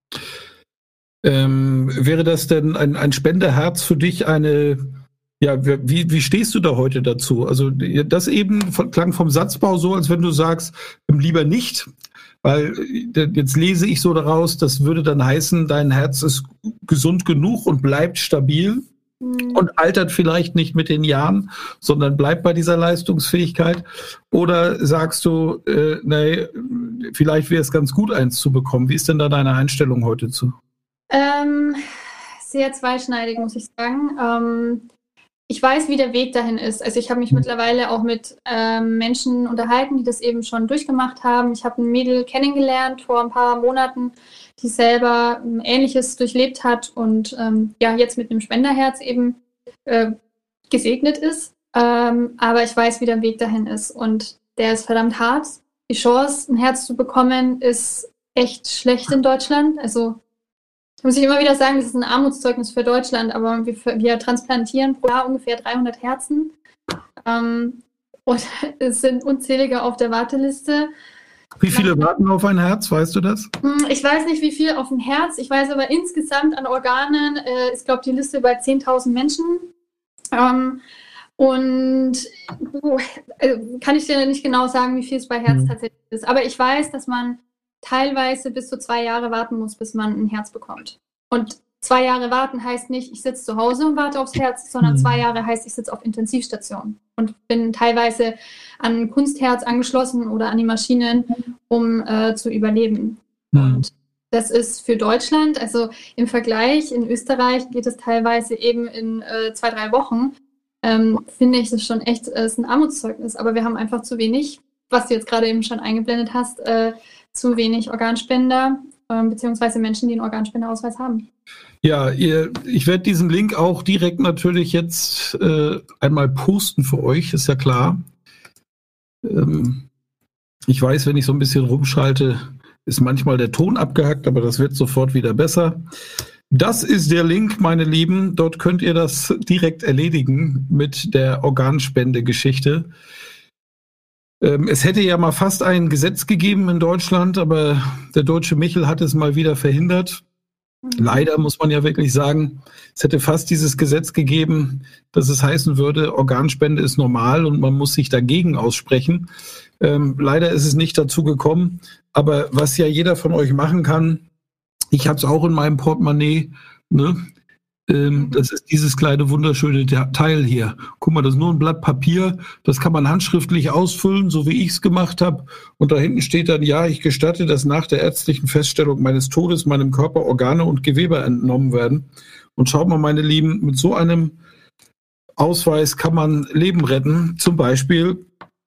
Ähm, wäre das denn ein, ein Spenderherz für dich eine, ja, wie, wie stehst du da heute dazu? Also das eben klang vom Satzbau so, als wenn du sagst, lieber nicht, weil jetzt lese ich so daraus, das würde dann heißen, dein Herz ist gesund genug und bleibt stabil mhm. und altert vielleicht nicht mit den Jahren, sondern bleibt bei dieser Leistungsfähigkeit. Oder sagst du, äh, nee, vielleicht wäre es ganz gut, eins zu bekommen. Wie ist denn da deine Einstellung heute zu? Ähm, sehr zweischneidig, muss ich sagen. Ähm, Ich weiß, wie der Weg dahin ist. Also ich habe mich mittlerweile auch mit ähm, Menschen unterhalten, die das eben schon durchgemacht haben. Ich habe ein Mädel kennengelernt vor ein paar Monaten, die selber ein Ähnliches durchlebt hat und ähm, ja jetzt mit einem Spenderherz eben äh, gesegnet ist. Ähm, aber ich weiß, wie der Weg dahin ist und der ist verdammt hart. Die Chance, ein Herz zu bekommen, ist echt schlecht in Deutschland. Also muss ich immer wieder sagen, das ist ein Armutszeugnis für Deutschland, aber wir, wir transplantieren pro Jahr ungefähr dreihundert Herzen ähm, und es sind unzählige auf der Warteliste. Wie viele warten auf ein Herz, weißt du das? Ich weiß nicht, wie viel auf ein Herz, ich weiß aber insgesamt an Organen, äh, ist, glaube ich, die Liste bei zehntausend Menschen. Ähm, und äh, kann ich dir nicht genau sagen, wie viel es bei Herz mhm. tatsächlich ist, aber ich weiß, dass man teilweise bis zu zwei Jahre warten muss, bis man ein Herz bekommt. Und zwei Jahre warten heißt nicht, ich sitze zu Hause und warte aufs Herz, sondern mhm. zwei Jahre heißt, ich sitze auf Intensivstation und bin teilweise an ein Kunstherz angeschlossen oder an die Maschinen, um äh, zu überleben. Mhm. Und das ist für Deutschland, also im Vergleich, in Österreich geht es teilweise eben in äh, zwei, drei Wochen, ähm, finde ich das schon echt, äh, ist ein Armutszeugnis. Aber wir haben einfach zu wenig, was du jetzt gerade eben schon eingeblendet hast, äh, zu wenig Organspender, äh, beziehungsweise Menschen, die einen Organspenderausweis haben. Ja, ihr, ich werde diesen Link auch direkt natürlich jetzt äh, einmal posten für euch, ist ja klar. Ähm, ich weiß, wenn ich so ein bisschen rumschalte, ist manchmal der Ton abgehackt, aber das wird sofort wieder besser. Das ist der Link, meine Lieben. Dort könnt ihr das direkt erledigen mit der Organspende-Geschichte. Ähm, es hätte ja mal fast ein Gesetz gegeben in Deutschland, aber der deutsche Michel hat es mal wieder verhindert. Leider muss man ja wirklich sagen, es hätte fast dieses Gesetz gegeben, dass es heißen würde, Organspende ist normal und man muss sich dagegen aussprechen. Ähm, leider ist es nicht dazu gekommen, aber was ja jeder von euch machen kann, ich habe es auch in meinem Portemonnaie, ne? ähm, das ist dieses kleine wunderschöne Teil hier. Guck mal, das ist nur ein Blatt Papier, das kann man handschriftlich ausfüllen, so wie ich es gemacht habe. Und da hinten steht dann, ja, ich gestatte, dass nach der ärztlichen Feststellung meines Todes meinem Körper Organe und Gewebe entnommen werden. Und schaut mal, meine Lieben, mit so einem Ausweis kann man Leben retten, zum Beispiel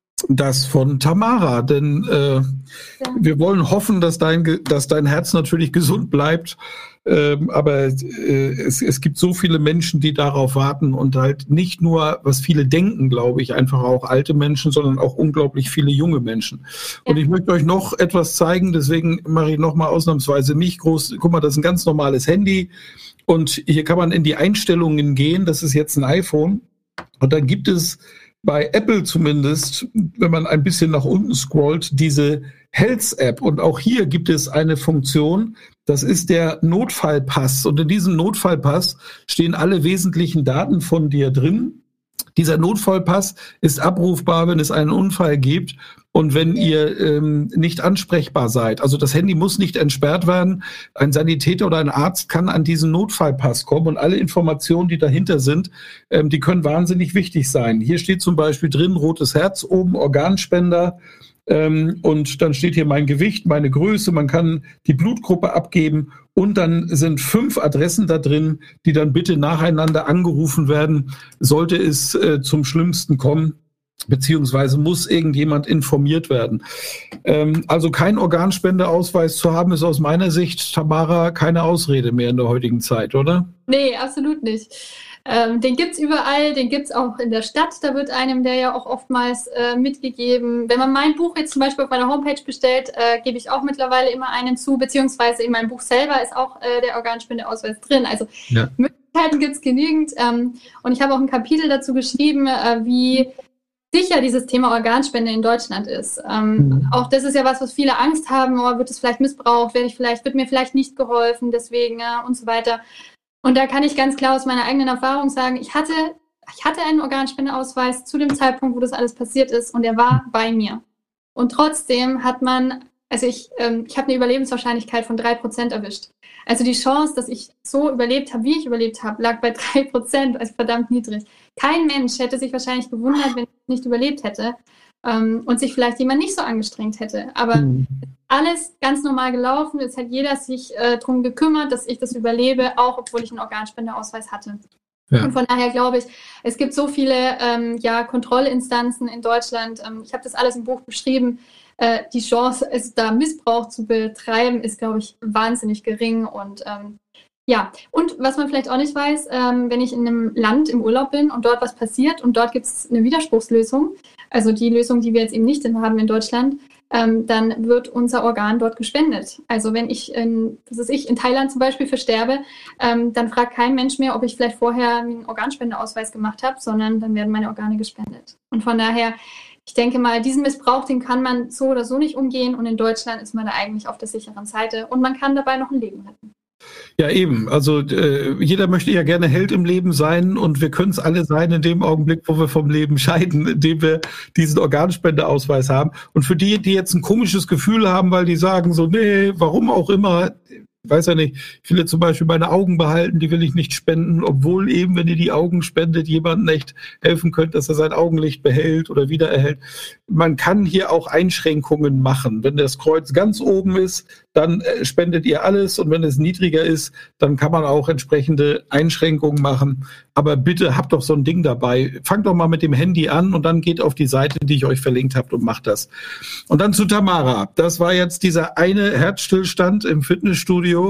das von Tamara, denn äh, ja. wir wollen hoffen, dass dein, dass dein Herz natürlich gesund bleibt, ähm, aber äh, es, es gibt so viele Menschen, die darauf warten und halt nicht nur, was viele denken, glaube ich, einfach auch alte Menschen, sondern auch unglaublich viele junge Menschen. Ja. Und ich möchte euch noch etwas zeigen, deswegen mache ich nochmal ausnahmsweise mich groß. Guck mal, das ist ein ganz normales Handy und hier kann man in die Einstellungen gehen, das ist jetzt ein iPhone und dann gibt es bei Apple zumindest, wenn man ein bisschen nach unten scrollt, diese Health-App. Und auch hier gibt es eine Funktion, das ist der Notfallpass. Und in diesem Notfallpass stehen alle wesentlichen Daten von dir drin. Dieser Notfallpass ist abrufbar, wenn es einen Unfall gibt und wenn ihr ähm, nicht ansprechbar seid. Also das Handy muss nicht entsperrt werden. Ein Sanitäter oder ein Arzt kann an diesen Notfallpass kommen und alle Informationen, die dahinter sind, ähm, die können wahnsinnig wichtig sein. Hier steht zum Beispiel drin, rotes Herz oben, Organspender. Ähm, und dann steht hier mein Gewicht, meine Größe, man kann die Blutgruppe abgeben und dann sind fünf Adressen da drin, die dann bitte nacheinander angerufen werden, sollte es äh, zum Schlimmsten kommen, beziehungsweise muss irgendjemand informiert werden. Ähm, also kein Organspendeausweis zu haben, ist aus meiner Sicht, Tamara, keine Ausrede mehr in der heutigen Zeit, oder? Nee, absolut nicht. Ähm, den gibt's überall, den gibt's auch in der Stadt, da wird einem der ja auch oftmals äh, mitgegeben. Wenn man mein Buch jetzt zum Beispiel auf meiner Homepage bestellt, äh, gebe ich auch mittlerweile immer einen zu, beziehungsweise in meinem Buch selber ist auch äh, der Organspendeausweis drin. Also ja. Möglichkeiten gibt's genügend. Ähm, und ich habe auch ein Kapitel dazu geschrieben, äh, wie sicher dieses Thema Organspende in Deutschland ist. Ähm, mhm. Auch das ist ja was, was viele Angst haben, oh, wird es vielleicht missbraucht, werde ich vielleicht, wird mir vielleicht nicht geholfen, deswegen ja, und so weiter. Und da kann ich ganz klar aus meiner eigenen Erfahrung sagen, ich hatte, ich hatte einen Organspendeausweis zu dem Zeitpunkt, wo das alles passiert ist und er war bei mir. Und trotzdem hat man, also ich, ähm, ich habe eine Überlebenswahrscheinlichkeit von drei Prozent erwischt. Also die Chance, dass ich so überlebt habe, wie ich überlebt habe, lag bei drei Prozent, also verdammt niedrig. Kein Mensch hätte sich wahrscheinlich gewundert, wenn ich nicht überlebt hätte ähm, und sich vielleicht jemand nicht so angestrengt hätte. Aber mhm. alles ganz normal gelaufen. Es hat jeder sich äh, darum gekümmert, dass ich das überlebe, auch obwohl ich einen Organspendeausweis hatte. Ja. Und von daher glaube ich, es gibt so viele ähm, ja, Kontrollinstanzen in Deutschland. Ähm, ich habe das alles im Buch beschrieben. Äh, die Chance, es da Missbrauch zu betreiben, ist, glaube ich, wahnsinnig gering. Und ähm, ja, und was man vielleicht auch nicht weiß, ähm, wenn ich in einem Land im Urlaub bin und dort was passiert und dort gibt es eine Widerspruchslösung, also die Lösung, die wir jetzt eben nicht haben in Deutschland, ähm, dann wird unser Organ dort gespendet. Also wenn ich, in, das ist ich, in Thailand zum Beispiel versterbe, ähm, dann fragt kein Mensch mehr, ob ich vielleicht vorher einen Organspendeausweis gemacht habe, sondern dann werden meine Organe gespendet. Und von daher, ich denke mal, diesen Missbrauch, den kann man so oder so nicht umgehen und in Deutschland ist man da eigentlich auf der sicheren Seite und man kann dabei noch ein Leben retten. Ja, eben. Also äh, jeder möchte ja gerne Held im Leben sein und wir können es alle sein in dem Augenblick, wo wir vom Leben scheiden, indem wir diesen Organspendeausweis haben. Und für die, die jetzt ein komisches Gefühl haben, weil die sagen so, nee, warum auch immer, ich weiß ja nicht, ich will jetzt zum Beispiel meine Augen behalten, die will ich nicht spenden, obwohl eben, wenn ihr die Augen spendet, jemandem echt helfen könnt, dass er sein Augenlicht behält oder wiedererhält. Man kann hier auch Einschränkungen machen. Wenn das Kreuz ganz oben ist, dann spendet ihr alles und wenn es niedriger ist, dann kann man auch entsprechende Einschränkungen machen. Aber bitte habt doch so ein Ding dabei. Fangt doch mal mit dem Handy an und dann geht auf die Seite, die ich euch verlinkt habe und macht das. Und dann zu Tamara. Das war jetzt dieser eine Herzstillstand im Fitnessstudio.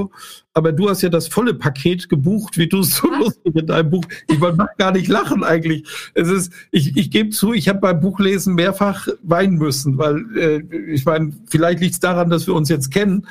aber du hast ja das volle Paket gebucht, wie du es so lustig in deinem Buch. Ich mag gar nicht lachen eigentlich. Es ist, ich, ich gebe zu, ich habe beim Buchlesen mehrfach weinen müssen, weil äh, ich meine, vielleicht liegt es daran, dass wir uns jetzt kennen,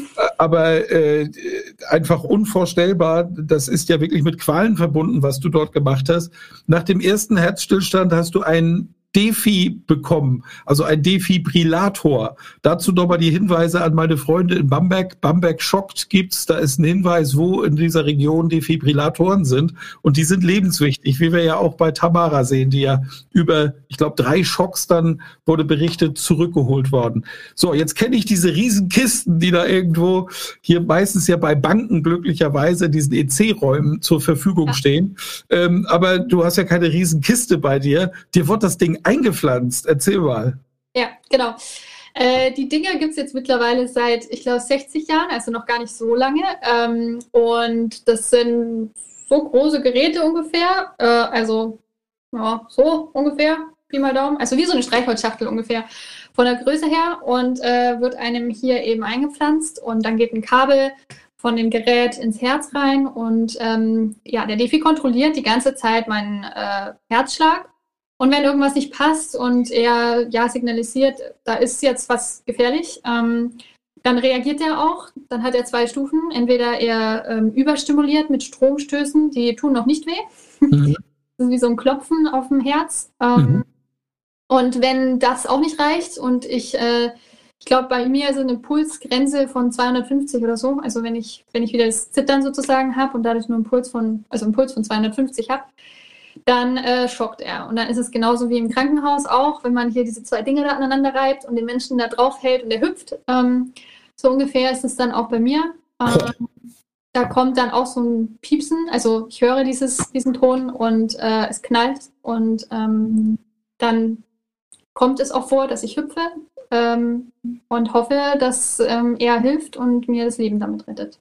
aber äh, einfach unvorstellbar. Das ist ja wirklich mit Qualen verbunden, was du dort gemacht hast. Nach dem ersten Herzstillstand hast du einen Defi bekommen, also ein Defibrillator. Dazu nochmal die Hinweise an meine Freunde in Bamberg. Bamberg Schockt gibt's, da ist ein Hinweis, wo in dieser Region Defibrillatoren sind und die sind lebenswichtig, wie wir ja auch bei Tamara sehen, die ja über, ich glaube, drei Schocks dann, wurde berichtet, zurückgeholt worden. So, jetzt kenne ich diese riesen Kisten, die da irgendwo hier meistens ja bei Banken glücklicherweise in diesen E C-Räumen zur Verfügung stehen, ähm, aber du hast ja keine riesen Kiste bei dir. Dir wird das Ding eingepflanzt. Erzähl mal. Ja, genau. Äh, die Dinger gibt es jetzt mittlerweile seit, ich glaube, sechzig Jahren, also noch gar nicht so lange. Ähm, und das sind so große Geräte ungefähr. Äh, also, ja, so ungefähr, Pi mal Daumen. Also wie so eine Streichholzschachtel ungefähr von der Größe her. Und äh, wird einem hier eben eingepflanzt. Und dann geht ein Kabel von dem Gerät ins Herz rein. Und ähm, ja, der Defi kontrolliert die ganze Zeit meinen äh, Herzschlag. Und wenn irgendwas nicht passt und er ja signalisiert, da ist jetzt was gefährlich, ähm, dann reagiert er auch. Dann hat er zwei Stufen. Entweder er ähm, überstimuliert mit Stromstößen, die tun noch nicht weh. Mhm. Das ist wie so ein Klopfen auf dem Herz. Ähm, mhm. Und wenn das auch nicht reicht und ich, äh, ich glaube, bei mir ist eine Pulsgrenze von zweihundertfünfzig oder so. Also wenn ich, wenn ich wieder das Zittern sozusagen habe und dadurch nur einen Puls von, also einen Puls von zweihundertfünfzig habe, dann äh, schockt er. Und dann ist es genauso wie im Krankenhaus auch, wenn man hier diese zwei Dinge da aneinander reibt und den Menschen da drauf hält und der hüpft. Ähm, so ungefähr ist es dann auch bei mir. Ähm, da kommt dann auch so ein Piepsen, also ich höre dieses, diesen Ton und äh, es knallt und ähm, dann kommt es auch vor, dass ich hüpfe ähm, und hoffe, dass ähm, er hilft und mir das Leben damit rettet.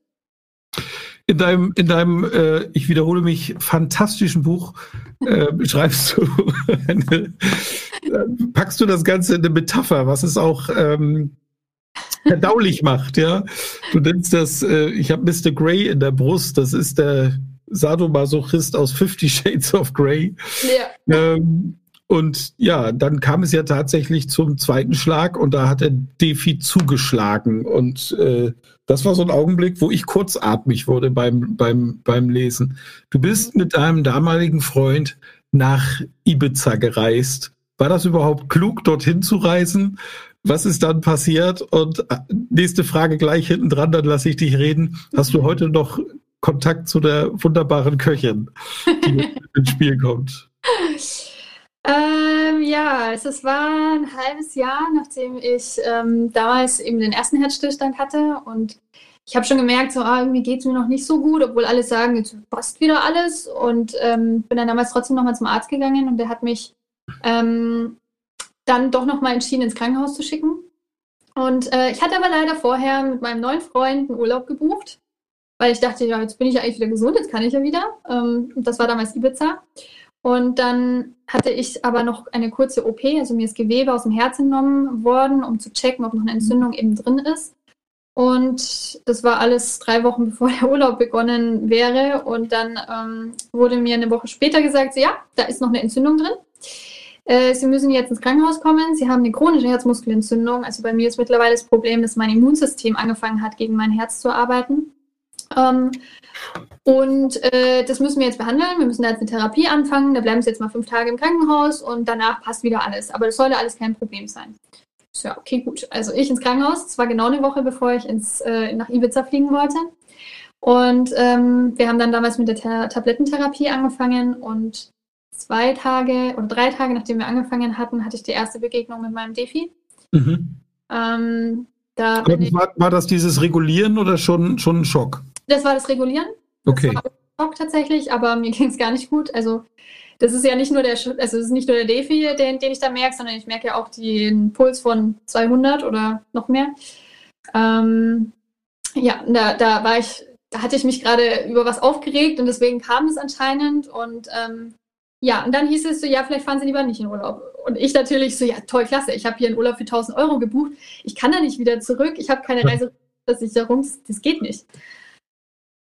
In deinem, in deinem äh, ich wiederhole mich, fantastischen Buch äh, schreibst du, eine, äh, packst du das Ganze in eine Metapher, was es auch ähm, verdaulich macht, ja. Du nennst das, äh, ich habe Mister Grey in der Brust, das ist der Sadomasochist aus Fifty Shades of Grey. Ja. Ähm, und ja, dann kam es ja tatsächlich zum zweiten Schlag und da hat der Defi zugeschlagen und äh, das war so ein Augenblick, wo ich kurzatmig wurde beim, beim, beim Lesen. Du bist mit deinem damaligen Freund nach Ibiza gereist. War das überhaupt klug, dorthin zu reisen? Was ist dann passiert? Und nächste Frage gleich hinten dran, dann lasse ich dich reden. Hast du heute noch Kontakt zu der wunderbaren Köchin, die ins Spiel kommt? Ähm, ja, es, es war ein halbes Jahr, nachdem ich ähm, damals eben den ersten Herzstillstand hatte und ich habe schon gemerkt, so ah, irgendwie geht es mir noch nicht so gut, obwohl alle sagen, jetzt passt wieder alles und ähm, bin dann damals trotzdem nochmal zum Arzt gegangen und der hat mich ähm, dann doch nochmal entschieden, ins Krankenhaus zu schicken und äh, ich hatte aber leider vorher mit meinem neuen Freund einen Urlaub gebucht, weil ich dachte, ja, jetzt bin ich ja eigentlich wieder gesund, jetzt kann ich ja wieder ähm, und das war damals Ibiza. Und dann hatte ich aber noch eine kurze O P, also mir ist Gewebe aus dem Herz entnommen worden, um zu checken, ob noch eine Entzündung eben drin ist. Und das war alles drei Wochen, bevor der Urlaub begonnen wäre. Und dann ähm, wurde mir eine Woche später gesagt, so, ja, da ist noch eine Entzündung drin. Äh, Sie müssen jetzt ins Krankenhaus kommen. Sie haben eine chronische Herzmuskelentzündung. Also bei mir ist mittlerweile das Problem, dass mein Immunsystem angefangen hat, gegen mein Herz zu arbeiten. Ähm, und äh, das müssen wir jetzt behandeln. Wir müssen da jetzt eine Therapie anfangen. Da bleiben sie jetzt mal fünf Tage im Krankenhaus und danach passt wieder alles. Aber das sollte alles kein Problem sein. So, ja, okay, gut. Also ich ins Krankenhaus. Es war genau eine Woche, bevor ich ins, äh, nach Ibiza fliegen wollte. Und ähm, wir haben dann damals mit der Ta- Tablettentherapie angefangen und zwei Tage oder drei Tage, nachdem wir angefangen hatten, hatte ich die erste Begegnung mit meinem Defi. Mhm. Ähm, da bin ich, war, war das dieses Regulieren oder schon, schon ein Schock? Das war das Regulieren. Okay. Das war ein Schock tatsächlich, aber mir ging es gar nicht gut. Also das ist ja nicht nur der, also das ist nicht nur der Defi, den, den ich da merke, sondern ich merke ja auch den Puls von zweihundert oder noch mehr. Ähm, ja, da, da war ich, da hatte ich mich gerade über was aufgeregt und deswegen kam es anscheinend und ähm, ja, und dann hieß es so, ja, vielleicht fahren Sie lieber nicht in Urlaub. Und ich natürlich so, ja, toll, klasse, ich habe hier einen Urlaub für tausend Euro gebucht, ich kann da nicht wieder zurück, ich habe keine Reiseversicherung, das geht nicht.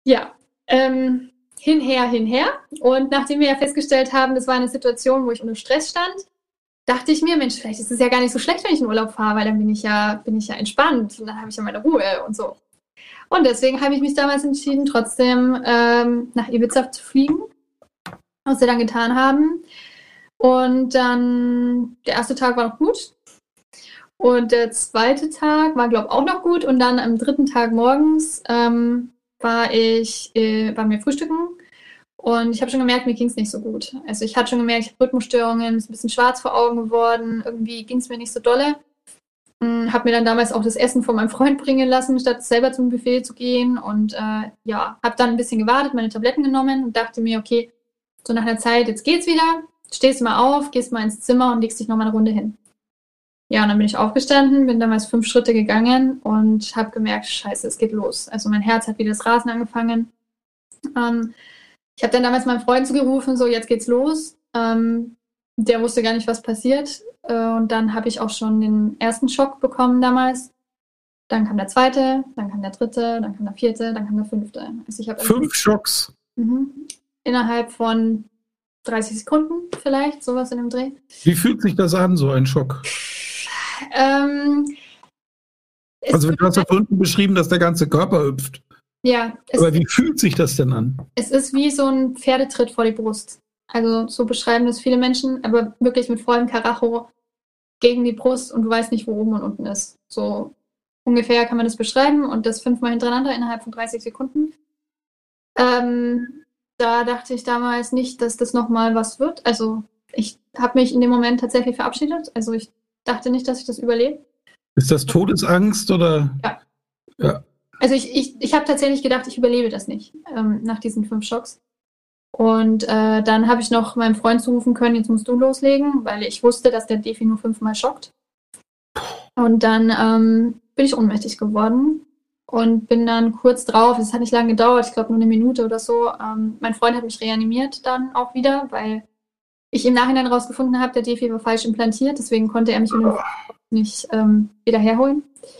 ja, ähm, hinher, hinher. Und nachdem wir ja festgestellt haben, das war eine Situation, wo ich unter Stress stand, dachte ich mir, Mensch, vielleicht ist es ja gar nicht so schlecht, wenn ich in Urlaub fahre, weil dann bin ich ja, bin ich ja entspannt und dann habe ich ja meine Ruhe und so. Und deswegen habe ich mich damals entschieden, trotzdem ähm, nach Ibiza zu fliegen, was wir dann getan haben. Und dann, der erste Tag war noch gut. Und der zweite Tag war, glaube ich, auch noch gut. Und dann am dritten Tag morgens ähm, war ich äh, bei mir frühstücken. Und ich habe schon gemerkt, mir ging es nicht so gut. Also ich hatte schon gemerkt, ich habe Rhythmusstörungen, ist ein bisschen schwarz vor Augen geworden. Irgendwie ging es mir nicht so dolle. Habe mir dann damals auch das Essen von meinem Freund bringen lassen, statt selber zum Buffet zu gehen. Und äh, ja, habe dann ein bisschen gewartet, meine Tabletten genommen und dachte mir, okay, so nach einer Zeit, jetzt geht's wieder. Stehst mal auf, gehst mal ins Zimmer und legst dich noch mal eine Runde hin. Ja, und dann bin ich aufgestanden, bin damals fünf Schritte gegangen und habe gemerkt, scheiße, es geht los. Also mein Herz hat wieder das Rasen angefangen. Ähm, ich habe dann damals meinem Freund zugerufen, so jetzt geht's los. Ähm, der wusste gar nicht, was passiert. Äh, und dann habe ich auch schon den ersten Schock bekommen damals. Dann kam der zweite, dann kam der dritte, dann kam der vierte, dann kam der fünfte. Also ich Fünf Schocks? Mhm. Innerhalb von dreißig Sekunden vielleicht, sowas in dem Dreh. Wie fühlt sich das an, so ein Schock? Ähm, also du hast ja vorhin beschrieben, dass der ganze Körper hüpft. Ja. Aber wie fühlt sich das denn an? Es ist wie so ein Pferdetritt vor die Brust. Also so beschreiben das viele Menschen, aber wirklich mit vollem Karacho gegen die Brust und du weißt nicht, wo oben und unten ist. So ungefähr kann man das beschreiben und das fünfmal hintereinander innerhalb von dreißig Sekunden. Ähm, da dachte ich damals nicht, dass das nochmal was wird. Also ich habe mich in dem Moment tatsächlich verabschiedet. Also ich dachte nicht, dass ich das überlebe. Ist das Todesangst oder? Ja. Ja. Also ich, ich, ich habe tatsächlich gedacht, ich überlebe das nicht ähm, nach diesen fünf Schocks. Und äh, dann habe ich noch meinem Freund zurufen können, jetzt musst du loslegen, weil ich wusste, dass der Defi nur fünfmal schockt. Und dann ähm, bin ich ohnmächtig geworden und bin dann kurz drauf, es hat nicht lange gedauert, ich glaube nur eine Minute oder so, ähm, mein Freund hat mich reanimiert dann auch wieder, weil ich im Nachhinein rausgefunden habe, der Defi war falsch implantiert, deswegen konnte er mich nicht ähm, wieder herholen.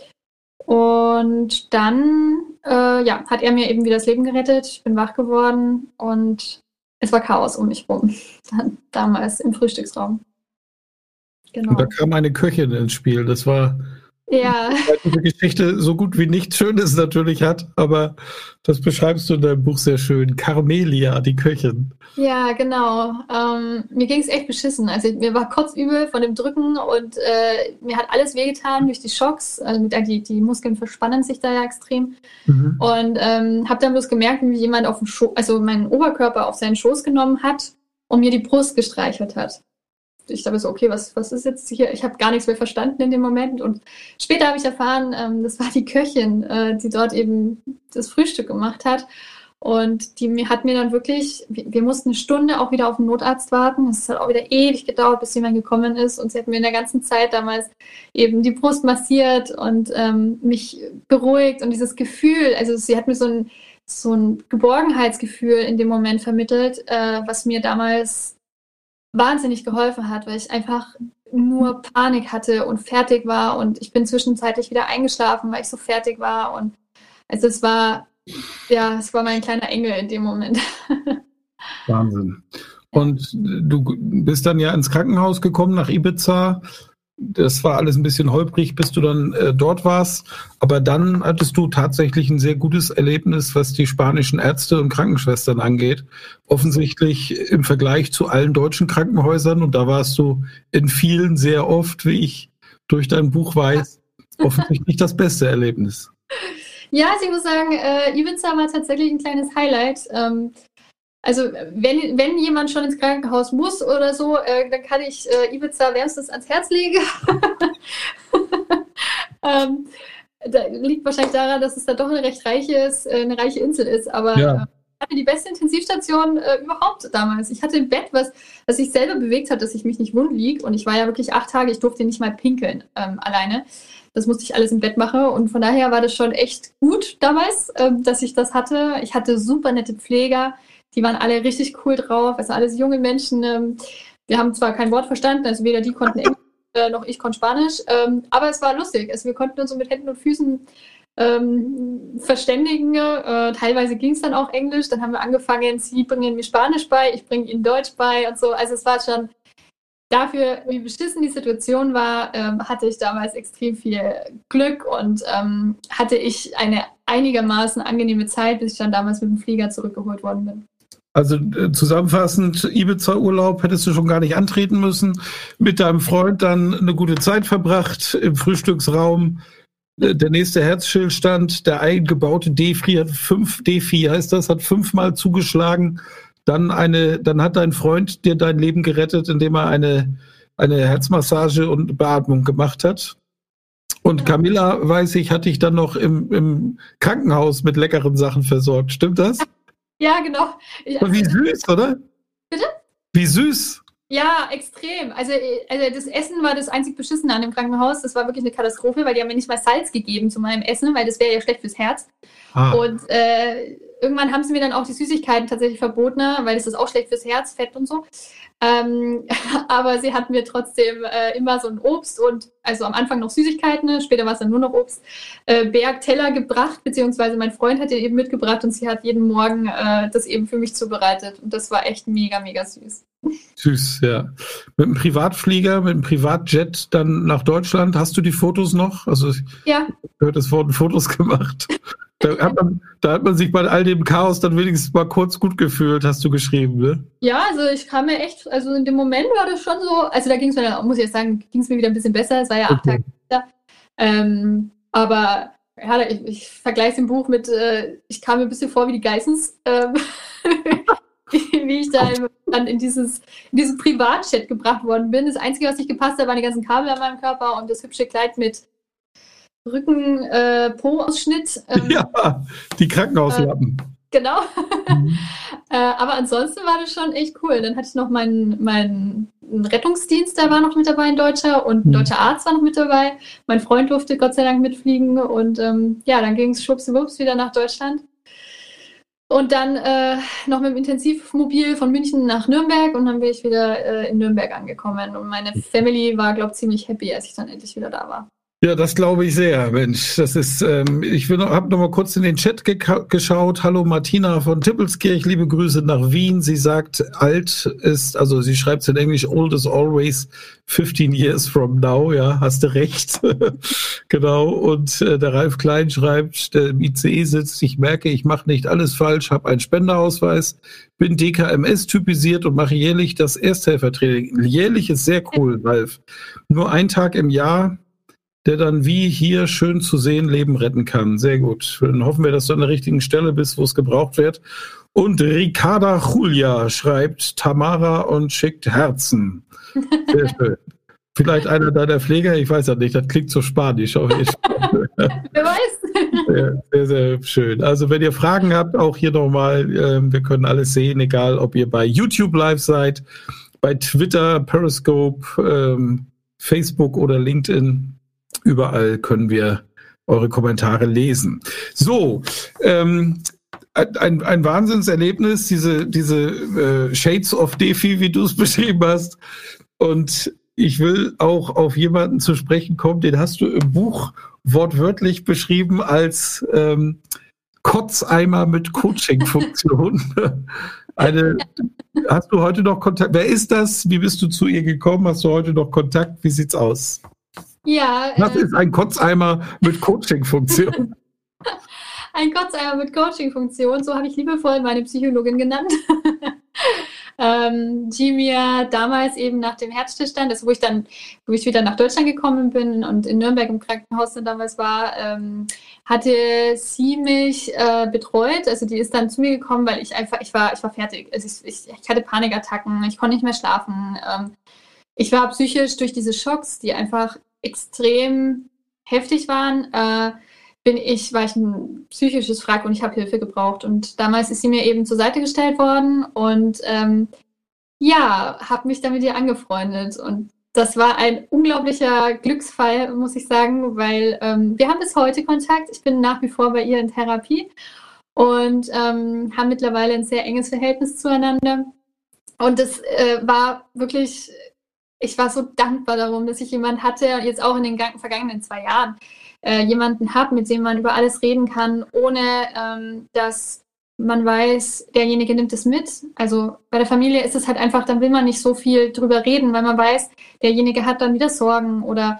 Und dann äh, ja, hat er mir eben wieder das Leben gerettet, ich bin wach geworden und es war Chaos um mich rum, dann, damals im Frühstücksraum. Genau. Und da kam eine Köchin ins Spiel, das war... Ja. Weil diese Geschichte so gut wie nichts Schönes natürlich hat, aber das beschreibst du in deinem Buch sehr schön. Carmelia, die Köchin. Ja, genau. Ähm, mir ging es echt beschissen. Also mir war kotzübel von dem Drücken und äh, mir hat alles wehgetan durch die Schocks. Also die, die Muskeln verspannen sich da ja extrem. Mhm. Und ähm, habe dann bloß gemerkt, wie jemand auf den Schoß, also meinen Oberkörper auf seinen Schoß genommen hat und mir die Brust gestreichelt hat. Ich dachte so, okay, was, was ist jetzt hier? Ich habe gar nichts mehr verstanden in dem Moment. Und später habe ich erfahren, ähm, das war die Köchin, äh, die dort eben das Frühstück gemacht hat. Und die hat mir dann wirklich, wir, wir mussten eine Stunde auch wieder auf den Notarzt warten. Es hat auch wieder ewig gedauert, bis jemand gekommen ist. Und sie hat mir in der ganzen Zeit damals eben die Brust massiert und ähm, mich beruhigt. Und dieses Gefühl, also sie hat mir so ein, so ein Geborgenheitsgefühl in dem Moment vermittelt, äh, was mir damals wahnsinnig geholfen hat, weil ich einfach nur Panik hatte und fertig war und ich bin zwischenzeitlich wieder eingeschlafen, weil ich so fertig war und also es war, ja, es war mein kleiner Engel in dem Moment. Wahnsinn. Und du bist dann ja ins Krankenhaus gekommen nach Ibiza. Das war alles ein bisschen holprig, bis du dann äh, dort warst. Aber dann hattest du tatsächlich ein sehr gutes Erlebnis, was die spanischen Ärzte und Krankenschwestern angeht. Offensichtlich im Vergleich zu allen deutschen Krankenhäusern. Und da warst du in vielen sehr oft, wie ich durch dein Buch weiß, offensichtlich das beste Erlebnis. Ja, also ich muss sagen, äh, Ibiza war tatsächlich ein kleines Highlight. Ähm, Also wenn, wenn jemand schon ins Krankenhaus muss oder so, äh, dann kann ich äh, Ibiza wärmstens ans Herz legen. ähm, da liegt wahrscheinlich daran, dass es da doch eine recht reiches, äh, eine reiche Insel ist. Aber ja. äh, ich hatte die beste Intensivstation äh, überhaupt damals. Ich hatte ein Bett, was, was sich selber bewegt hat, dass ich mich nicht wund lieg. Und ich war ja wirklich acht Tage, ich durfte nicht mal pinkeln ähm, alleine. Das musste ich alles im Bett machen. Und von daher war das schon echt gut damals, äh, dass ich das hatte. Ich hatte super nette Pfleger. Die waren alle richtig cool drauf, also alles junge Menschen. Ähm, wir haben zwar kein Wort verstanden, also weder die konnten Englisch äh, noch ich konnte Spanisch, ähm, aber es war lustig. Also wir konnten uns so mit Händen und Füßen ähm, verständigen. Äh, teilweise ging es dann auch Englisch. Dann haben wir angefangen, sie bringen mir Spanisch bei, ich bringe ihnen Deutsch bei und so. Also es war schon dafür, wie beschissen die Situation war, ähm, hatte ich damals extrem viel Glück und ähm, hatte ich eine einigermaßen angenehme Zeit, bis ich dann damals mit dem Flieger zurückgeholt worden bin. Also äh, zusammenfassend, Ibiza-Urlaub hättest du schon gar nicht antreten müssen. Mit deinem Freund dann eine gute Zeit verbracht im Frühstücksraum. Äh, der nächste Herzstillstand, der eingebaute Defi hat fünf, Defi heißt das, hat fünfmal zugeschlagen. Dann eine, dann hat dein Freund dir dein Leben gerettet, indem er eine, eine Herzmassage und Beatmung gemacht hat. Und Camilla, weiß ich, hat dich dann noch im, im Krankenhaus mit leckeren Sachen versorgt. Stimmt das? Ja, genau. Ich, also, Wie süß, oder? Bitte? Wie süß. Ja, extrem. Also, also das Essen war das einzig Beschissene an dem Krankenhaus. Das war wirklich eine Katastrophe, weil die haben mir nicht mal Salz gegeben zu meinem Essen, weil das wäre ja schlecht fürs Herz. Ah. Und äh, irgendwann haben sie mir dann auch die Süßigkeiten tatsächlich verboten, weil das ist auch schlecht fürs Herz, Fett und so. Ähm, aber sie hatten mir trotzdem äh, immer so ein Obst und, also am Anfang noch Süßigkeiten, später war es dann nur noch Obst, äh, Bergteller gebracht, beziehungsweise mein Freund hat den eben mitgebracht und sie hat jeden Morgen äh, das eben für mich zubereitet und das war echt mega, mega süß. Süß, ja. Mit einem Privatflieger, mit einem Privatjet dann nach Deutschland, hast du die Fotos noch? Also ich ja. gehört, es wurden Fotos gemacht. Da hat, man, da hat man sich bei all dem Chaos dann wenigstens mal kurz gut gefühlt, hast du geschrieben, ne? Ja, also ich kam mir echt, also in dem Moment war das schon so, also da ging es mir dann, muss ich jetzt sagen, ging es mir wieder ein bisschen besser, es war ja acht okay. Tage später. Ähm, aber ja, ich, ich vergleiche es im Buch mit, äh, ich kam mir ein bisschen vor wie die Geissens, ähm, wie ich da dann in dieses, in diesen Privatchat gebracht worden bin. Das Einzige, was nicht gepasst hat, waren die ganzen Kabel an meinem Körper und das hübsche Kleid mit Rücken-Po-Ausschnitt. Äh, ähm, ja, die Krankenhauslappen. Äh, genau. Mhm. äh, aber ansonsten war das schon echt cool. Dann hatte ich noch meinen, meinen Rettungsdienst, der war noch mit dabei, ein Deutscher, und ein mhm. deutscher Arzt war noch mit dabei. Mein Freund durfte Gott sei Dank mitfliegen und ähm, ja, dann ging es schwuppsdiwupps wieder nach Deutschland. Und dann äh, noch mit dem Intensivmobil von München nach Nürnberg und dann bin ich wieder äh, in Nürnberg angekommen. Und meine Family war, glaube ich, ziemlich happy, als ich dann endlich wieder da war. Ja, das glaube ich sehr, Mensch. Das ist, ähm, ich habe noch mal kurz in den Chat geka- geschaut. Hallo Martina von Tippelskirch, liebe Grüße nach Wien. Sie sagt, alt ist, also sie schreibt es in Englisch, old is always fifteen years from now. Ja, hast du recht. Genau. Und äh, der Ralf Klein schreibt, der im I C E sitzt, ich merke, ich mache nicht alles falsch, habe einen Spenderausweis, bin D K M S typisiert und mache jährlich das Ersthelfertraining. Jährlich ist sehr cool, Ralf. Nur ein Tag im Jahr, der dann wie hier schön zu sehen Leben retten kann. Sehr gut. Dann hoffen wir, dass du an der richtigen Stelle bist, wo es gebraucht wird. Und Ricarda Julia schreibt Tamara und schickt Herzen. Sehr schön. Vielleicht einer deiner Pfleger, ich weiß ja nicht, das klingt so spanisch. Wer weiß. Sehr, sehr, sehr schön. Also wenn ihr Fragen habt, auch hier nochmal, äh, wir können alles sehen, egal ob ihr bei YouTube live seid, bei Twitter, Periscope, ähm, Facebook oder LinkedIn. Überall können wir eure Kommentare lesen. So, ähm, ein, ein Wahnsinnserlebnis, diese, diese äh, Shades of Defi, wie du es beschrieben hast. Und ich will auch auf jemanden zu sprechen kommen, den hast du im Buch wortwörtlich beschrieben als ähm, Kotzeimer mit Coaching-Funktion. Eine, hast du heute noch Kontakt? Wer ist das? Wie bist du zu ihr gekommen? Hast du heute noch Kontakt? Wie sieht's aus? Ja. Das äh, ist ein Kotzeimer mit Coaching-Funktion. Ein Kotzeimer mit Coaching-Funktion, so habe ich liebevoll meine Psychologin genannt. ähm, die mir damals eben nach dem Herzstillstand, also wo ich dann, wo ich wieder nach Deutschland gekommen bin und in Nürnberg im Krankenhaus dann damals war, ähm, hatte sie mich äh, betreut. Also die ist dann zu mir gekommen, weil ich einfach, ich war, ich war fertig. Also ich, ich, ich hatte Panikattacken, ich konnte nicht mehr schlafen. Ähm, ich war psychisch durch diese Schocks, die einfach extrem heftig waren, äh, bin ich, war ich ein psychisches Wrack und ich habe Hilfe gebraucht. Und damals ist sie mir eben zur Seite gestellt worden und ähm, ja, habe mich dann mit ihr angefreundet. Und das war ein unglaublicher Glücksfall, muss ich sagen, weil ähm, wir haben bis heute Kontakt. Ich bin nach wie vor bei ihr in Therapie und ähm, haben mittlerweile ein sehr enges Verhältnis zueinander. Und das äh, war wirklich ich war so dankbar darum, dass ich jemanden hatte, jetzt auch in den vergangenen zwei Jahren, äh, jemanden habe, mit dem man über alles reden kann, ohne ähm, dass man weiß, derjenige nimmt es mit. Also bei der Familie ist es halt einfach, dann will man nicht so viel drüber reden, weil man weiß, derjenige hat dann wieder Sorgen oder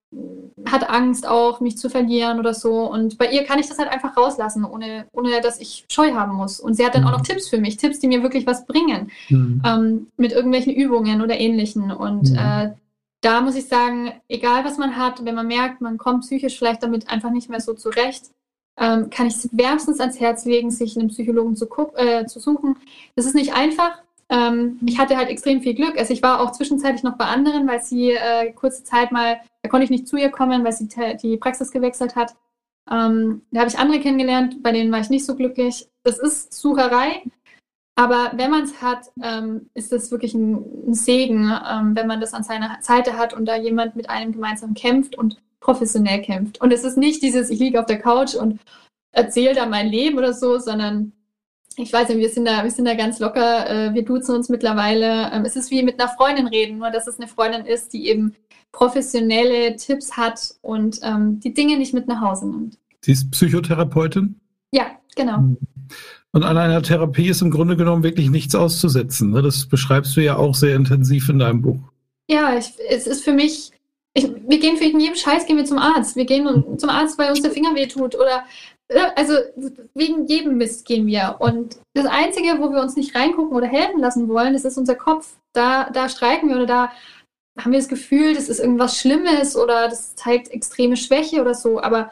hat Angst auch, mich zu verlieren oder so. Und bei ihr kann ich das halt einfach rauslassen, ohne, ohne dass ich Scheu haben muss. Und sie hat dann auch noch Tipps für mich, Tipps, die mir wirklich was bringen, mhm. ähm, mit irgendwelchen Übungen oder Ähnlichen. Und mhm. äh, da muss ich sagen, egal was man hat, wenn man merkt, man kommt psychisch vielleicht damit einfach nicht mehr so zurecht, ähm, kann ich es wärmstens ans Herz legen, sich einen Psychologen zu, gu- äh, zu suchen. Das ist nicht einfach. Ähm, ich hatte halt extrem viel Glück. Also ich war auch zwischenzeitlich noch bei anderen, weil sie äh, kurze Zeit mal, da konnte ich nicht zu ihr kommen, weil sie te- die Praxis gewechselt hat. Ähm, da habe ich andere kennengelernt, bei denen war ich nicht so glücklich. Das ist Sucherei, aber wenn man es hat, ähm, ist das wirklich ein, ein Segen, ähm, wenn man das an seiner Seite hat und da jemand mit einem gemeinsam kämpft und professionell kämpft. Und es ist nicht dieses, ich liege auf der Couch und erzähle da mein Leben oder so, sondern ich weiß nicht, wir sind da, wir sind da ganz locker, äh, wir duzen uns mittlerweile. Ähm, es ist wie mit einer Freundin reden, nur dass es eine Freundin ist, die eben professionelle Tipps hat und ähm, die Dinge nicht mit nach Hause nimmt. Sie ist Psychotherapeutin? Ja, genau. Und an einer Therapie ist im Grunde genommen wirklich nichts auszusetzen. Ne? Das beschreibst du ja auch sehr intensiv in deinem Buch. Ja, ich, es ist für mich, ich, wir gehen für jeden Scheiß gehen wir zum Arzt. Wir gehen zum Arzt, weil uns der Finger wehtut oder also wegen jedem Mist gehen wir. Und das Einzige, wo wir uns nicht reingucken oder helfen lassen wollen, das ist unser Kopf. Da, da streiken wir oder da haben wir das Gefühl, das ist irgendwas Schlimmes oder das zeigt extreme Schwäche oder so. Aber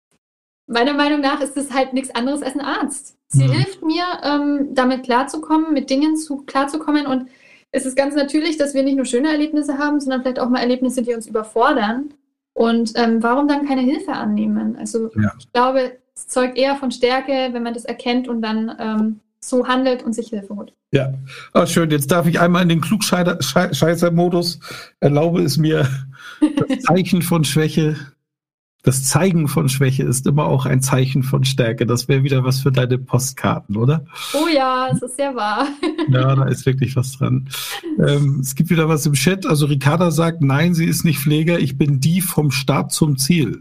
meiner Meinung nach ist das halt nichts anderes als ein Arzt. Sie mhm. hilft mir, ähm, damit klarzukommen, mit Dingen zu, klarzukommen. Und es ist ganz natürlich, dass wir nicht nur schöne Erlebnisse haben, sondern vielleicht auch mal Erlebnisse, die uns überfordern. Und ähm, warum dann keine Hilfe annehmen? Also ja. ich glaube, es zeugt eher von Stärke, wenn man das erkennt und dann ähm, so handelt und sich Hilfe holt. Ja, oh, schön. Jetzt darf ich einmal in den Klugscheißer-Modus. Erlaube es mir, das Zeichen von Schwäche, das Zeigen von Schwäche ist immer auch ein Zeichen von Stärke. Das wäre wieder was für deine Postkarten, oder? Oh ja, es ist sehr wahr. Ja, da ist wirklich was dran. Ähm, es gibt wieder was im Chat. Also Ricarda sagt, nein, sie ist nicht Pfleger. Ich bin die vom Start zum Ziel.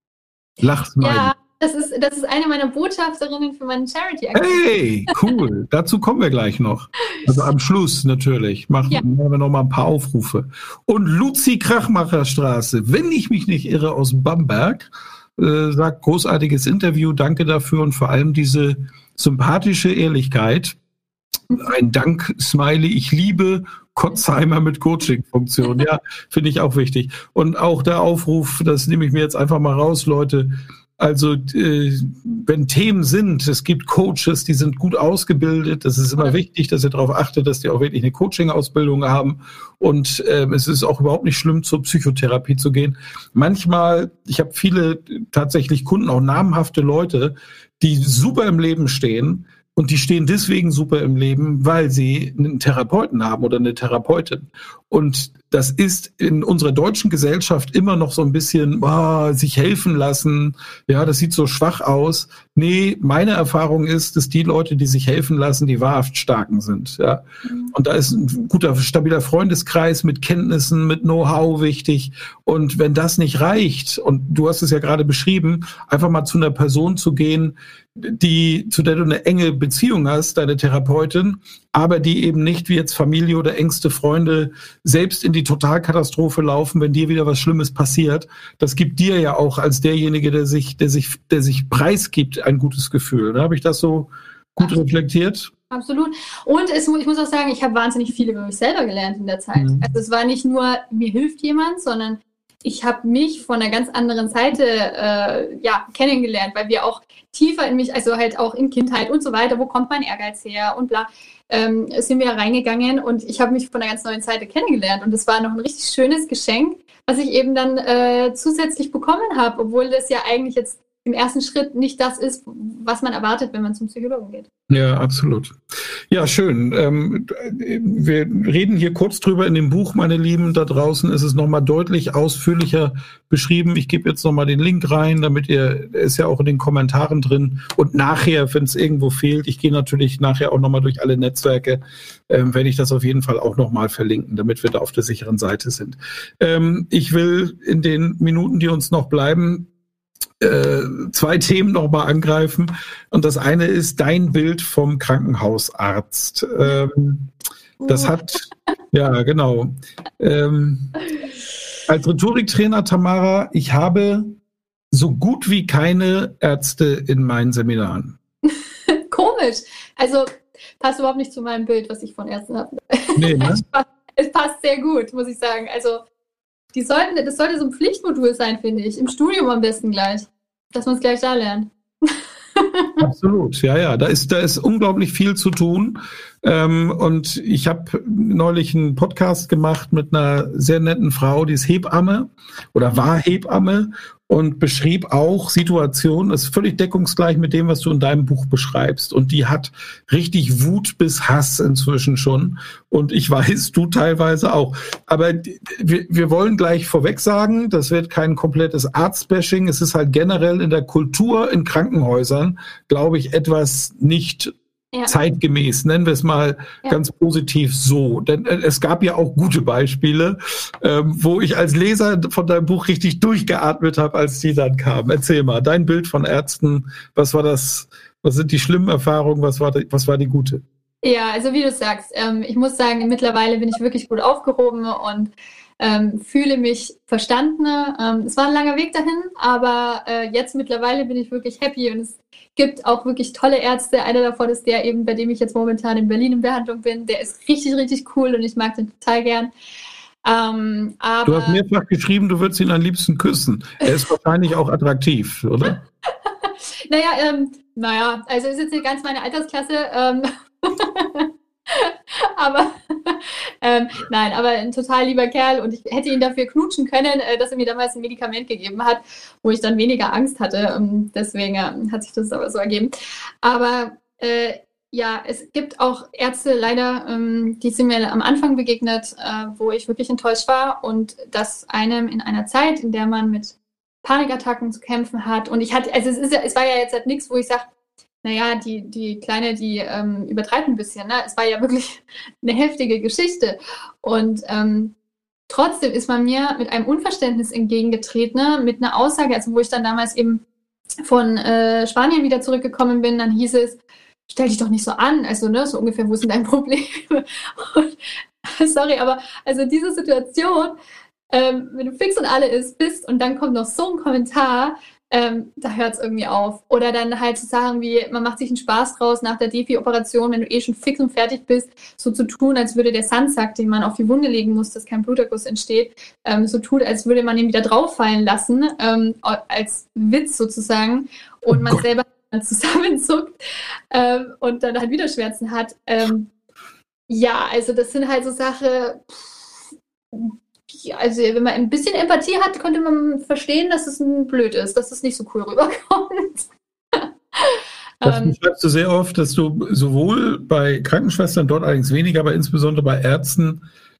Lacht mal. Ja. Das ist, das ist eine meiner Botschafterinnen für meine charity -Aktion. Hey, cool. Dazu kommen wir gleich noch. Also am Schluss natürlich. Machen ja. wir noch mal ein paar Aufrufe. Und Luzi Krachmacherstraße, wenn ich mich nicht irre, aus Bamberg, äh, sagt, großartiges Interview, danke dafür und vor allem diese sympathische Ehrlichkeit. Ein Dank, Smiley, ich liebe Kotzheimer mit Coaching-Funktion. Ja, finde ich auch wichtig. Und auch der Aufruf, das nehme ich mir jetzt einfach mal raus, Leute. Also äh, wenn Themen sind, es gibt Coaches, die sind gut ausgebildet. Das ist immer wichtig, dass ihr darauf achtet, dass die auch wirklich eine Coaching-Ausbildung haben. Und äh, es ist auch überhaupt nicht schlimm, zur Psychotherapie zu gehen. Manchmal, ich habe viele tatsächlich Kunden, auch namhafte Leute, die super im Leben stehen. Und die stehen deswegen super im Leben, weil sie einen Therapeuten haben oder eine Therapeutin. Und das ist in unserer deutschen Gesellschaft immer noch so ein bisschen, oh, sich helfen lassen. Ja, das sieht so schwach aus. Nee, meine Erfahrung ist, dass die Leute, die sich helfen lassen, die wahrhaft Starken sind. Ja. Und da ist ein guter, stabiler Freundeskreis mit Kenntnissen, mit Know-how wichtig. Und wenn das nicht reicht, und du hast es ja gerade beschrieben, einfach mal zu einer Person zu gehen, die, zu der du eine enge Beziehung hast, deine Therapeutin, aber die eben nicht wie jetzt Familie oder engste Freunde selbst in die Totalkatastrophe laufen, wenn dir wieder was Schlimmes passiert. Das gibt dir ja auch als derjenige, der sich, der sich, der sich preisgibt, ein gutes Gefühl. Da habe ich das so gut Absolut. reflektiert. Absolut. Und es, ich muss auch sagen, ich habe wahnsinnig viel über mich selber gelernt in der Zeit. Mhm. Also es war nicht nur, mir hilft jemand, sondern ich habe mich von einer ganz anderen Seite äh, ja, kennengelernt, weil wir auch tiefer in mich, also halt auch in Kindheit und so weiter, wo kommt mein Ehrgeiz her und bla, ähm, sind wir reingegangen und ich habe mich von einer ganz neuen Seite kennengelernt und das war noch ein richtig schönes Geschenk, was ich eben dann äh, zusätzlich bekommen habe, obwohl das ja eigentlich jetzt im ersten Schritt nicht das ist, was man erwartet, wenn man zum Psychologen geht. Ja, absolut. Ja, schön. Ähm, wir reden hier kurz drüber in dem Buch, meine Lieben. Da draußen ist es nochmal deutlich ausführlicher beschrieben. Ich gebe jetzt nochmal den Link rein, damit ihr, er ist ja auch in den Kommentaren drin. Und nachher, wenn es irgendwo fehlt, ich gehe natürlich nachher auch nochmal durch alle Netzwerke, ähm, werde ich das auf jeden Fall auch nochmal verlinken, damit wir da auf der sicheren Seite sind. Ähm, ich will in den Minuten, die uns noch bleiben, Äh, zwei Themen nochmal angreifen. Und das eine ist dein Bild vom Krankenhausarzt. Ähm, das hat, ja, genau. Ähm, als Rhetoriktrainer, Tamara, ich habe so gut wie keine Ärzte in meinen Seminaren. Komisch. Also passt überhaupt nicht zu meinem Bild, was ich von Ärzten habe. Nee, ne? Es passt sehr gut, muss ich sagen. Also die sollten, das sollte so ein Pflichtmodul sein, finde ich. Im Studium am besten gleich. Dass man es gleich da lernt. Absolut, ja, ja. Da ist, da ist unglaublich viel zu tun. Ähm, und ich habe neulich einen Podcast gemacht mit einer sehr netten Frau, die ist Hebamme oder war Hebamme und beschrieb auch Situationen, das ist völlig deckungsgleich mit dem, was du in deinem Buch beschreibst. Und die hat richtig Wut bis Hass inzwischen schon. Und ich weiß, du teilweise auch. Aber wir, wir wollen gleich vorweg sagen, das wird kein komplettes Arztbashing. Es ist halt generell in der Kultur in Krankenhäusern, glaube ich, etwas nicht Ja. zeitgemäß, nennen wir es mal ja. ganz positiv so. Denn äh, es gab ja auch gute Beispiele, ähm, wo ich als Leser von deinem Buch richtig durchgeatmet habe, als die dann kamen. Erzähl mal, dein Bild von Ärzten, was war das, was sind die schlimmen Erfahrungen, was war die, was war die gute? Ja, also wie du sagst, ähm, ich muss sagen, mittlerweile bin ich wirklich gut aufgehoben und ähm, fühle mich verstanden. Ähm, es war ein langer Weg dahin, aber äh, jetzt mittlerweile bin ich wirklich happy und es gibt auch wirklich tolle Ärzte. Einer davon ist der eben, bei dem ich jetzt momentan in Berlin in Behandlung bin. Der ist richtig, richtig cool und ich mag den total gern. Ähm, aber du hast mehrfach geschrieben, du würdest ihn am liebsten küssen. Er ist wahrscheinlich auch attraktiv, oder? naja, ähm, naja, also ist jetzt nicht ganz meine Altersklasse. Ähm aber ähm, nein, aber ein total lieber Kerl und ich hätte ihn dafür knutschen können, äh, dass er mir damals ein Medikament gegeben hat, wo ich dann weniger Angst hatte. Ähm, deswegen äh, hat sich das aber so ergeben. Aber äh, ja, es gibt auch Ärzte leider, ähm, die sind mir am Anfang begegnet, äh, wo ich wirklich enttäuscht war und das einem in einer Zeit, in der man mit Panikattacken zu kämpfen hat und ich hatte, also es, ist ja, es war ja jetzt halt nichts, wo ich sage, naja, die, die Kleine, die ähm, übertreibt ein bisschen. Ne? Es war ja wirklich eine heftige Geschichte. Und ähm, trotzdem ist man mir mit einem Unverständnis entgegengetreten, ne? Mit einer Aussage, also wo ich dann damals eben von äh, Spanien wieder zurückgekommen bin, dann hieß es, stell dich doch nicht so an, also ne, so ungefähr, wo ist denn dein Problem? Und, sorry, aber also diese Situation, ähm, wenn du fix und alle ist, bist und dann kommt noch so ein Kommentar, Ähm, da hört es irgendwie auf. Oder dann halt zu sagen, wie, man macht sich einen Spaß draus nach der Defi-Operation, wenn du eh schon fix und fertig bist, so zu tun, als würde der Sandsack, den man auf die Wunde legen muss, dass kein Bluterguss entsteht, ähm, so tut, als würde man ihn wieder drauffallen lassen, ähm, als Witz sozusagen, und man oh selber zusammenzuckt ähm, und dann halt wieder Schmerzen hat. Ähm, ja, also das sind halt so Sachen, also wenn man ein bisschen Empathie hat, könnte man verstehen, dass es ein blöd ist, dass es nicht so cool rüberkommt. Das beschreibst du sehr oft, dass du sowohl bei Krankenschwestern, dort allerdings weniger, aber insbesondere bei Ärzten,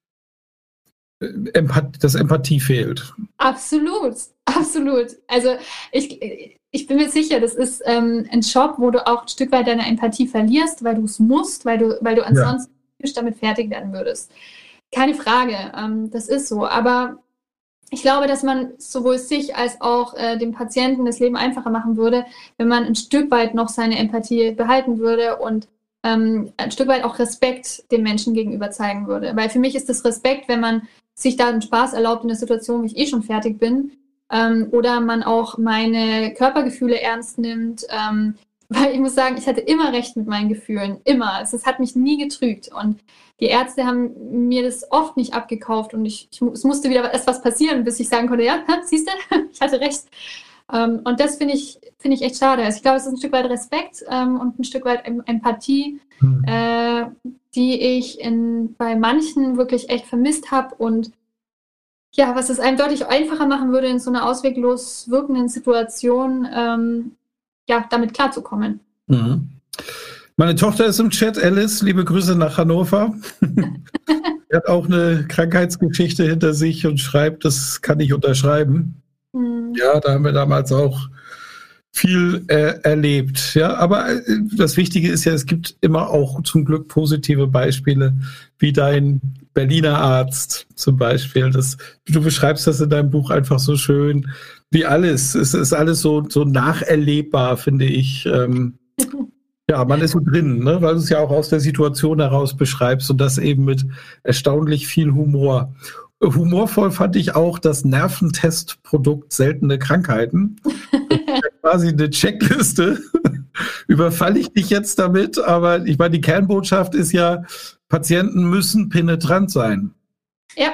Empath- dass Empathie fehlt. Absolut, absolut. Also ich, ich bin mir sicher, das ist ähm, ein Job, wo du auch ein Stück weit deine Empathie verlierst, weil du es musst, weil du, weil du ansonsten ja. damit fertig werden würdest. Keine Frage, ähm, das ist so. Aber ich glaube, dass man sowohl sich als auch äh, dem Patienten das Leben einfacher machen würde, wenn man ein Stück weit noch seine Empathie behalten würde und ähm, ein Stück weit auch Respekt dem Menschen gegenüber zeigen würde. Weil für mich ist das Respekt, wenn man sich da einen Spaß erlaubt in der Situation, wo ich eh schon fertig bin, ähm, oder man auch meine Körpergefühle ernst nimmt. Ähm, weil ich muss sagen, ich hatte immer recht mit meinen Gefühlen, immer. Es, es hat mich nie getrügt und die Ärzte haben mir das oft nicht abgekauft und ich, ich, es musste wieder erst was passieren, bis ich sagen konnte, ja, siehst du, ich hatte recht. Ähm, und das finde ich, finde ich echt schade. Also ich glaube, es ist ein Stück weit Respekt ähm, und ein Stück weit Empathie, mhm. äh, die ich in, bei manchen wirklich echt vermisst habe und ja, was es einem deutlich einfacher machen würde, in so einer ausweglos wirkenden Situation, ähm, ja, damit klarzukommen. Mhm. Meine Tochter ist im Chat, Alice, liebe Grüße nach Hannover. Sie hat auch eine Krankheitsgeschichte hinter sich und schreibt, das kann ich unterschreiben. Mhm. Ja, da haben wir damals auch viel äh, erlebt. Ja, aber äh, das Wichtige ist ja, es gibt immer auch zum Glück positive Beispiele, wie dein Berliner Arzt zum Beispiel. Das, du beschreibst das in deinem Buch einfach so schön, wie alles. Es ist alles so, so nacherlebbar, finde ich. Ähm, ja, man ist so drin, ne? Weil du es ja auch aus der Situation heraus beschreibst und das eben mit erstaunlich viel Humor. Humorvoll fand ich auch das Nerventestprodukt seltene Krankheiten. Das ist ja quasi eine Checkliste. Überfalle ich dich jetzt damit, aber ich meine, die Kernbotschaft ist ja, Patienten müssen penetrant sein. Ja,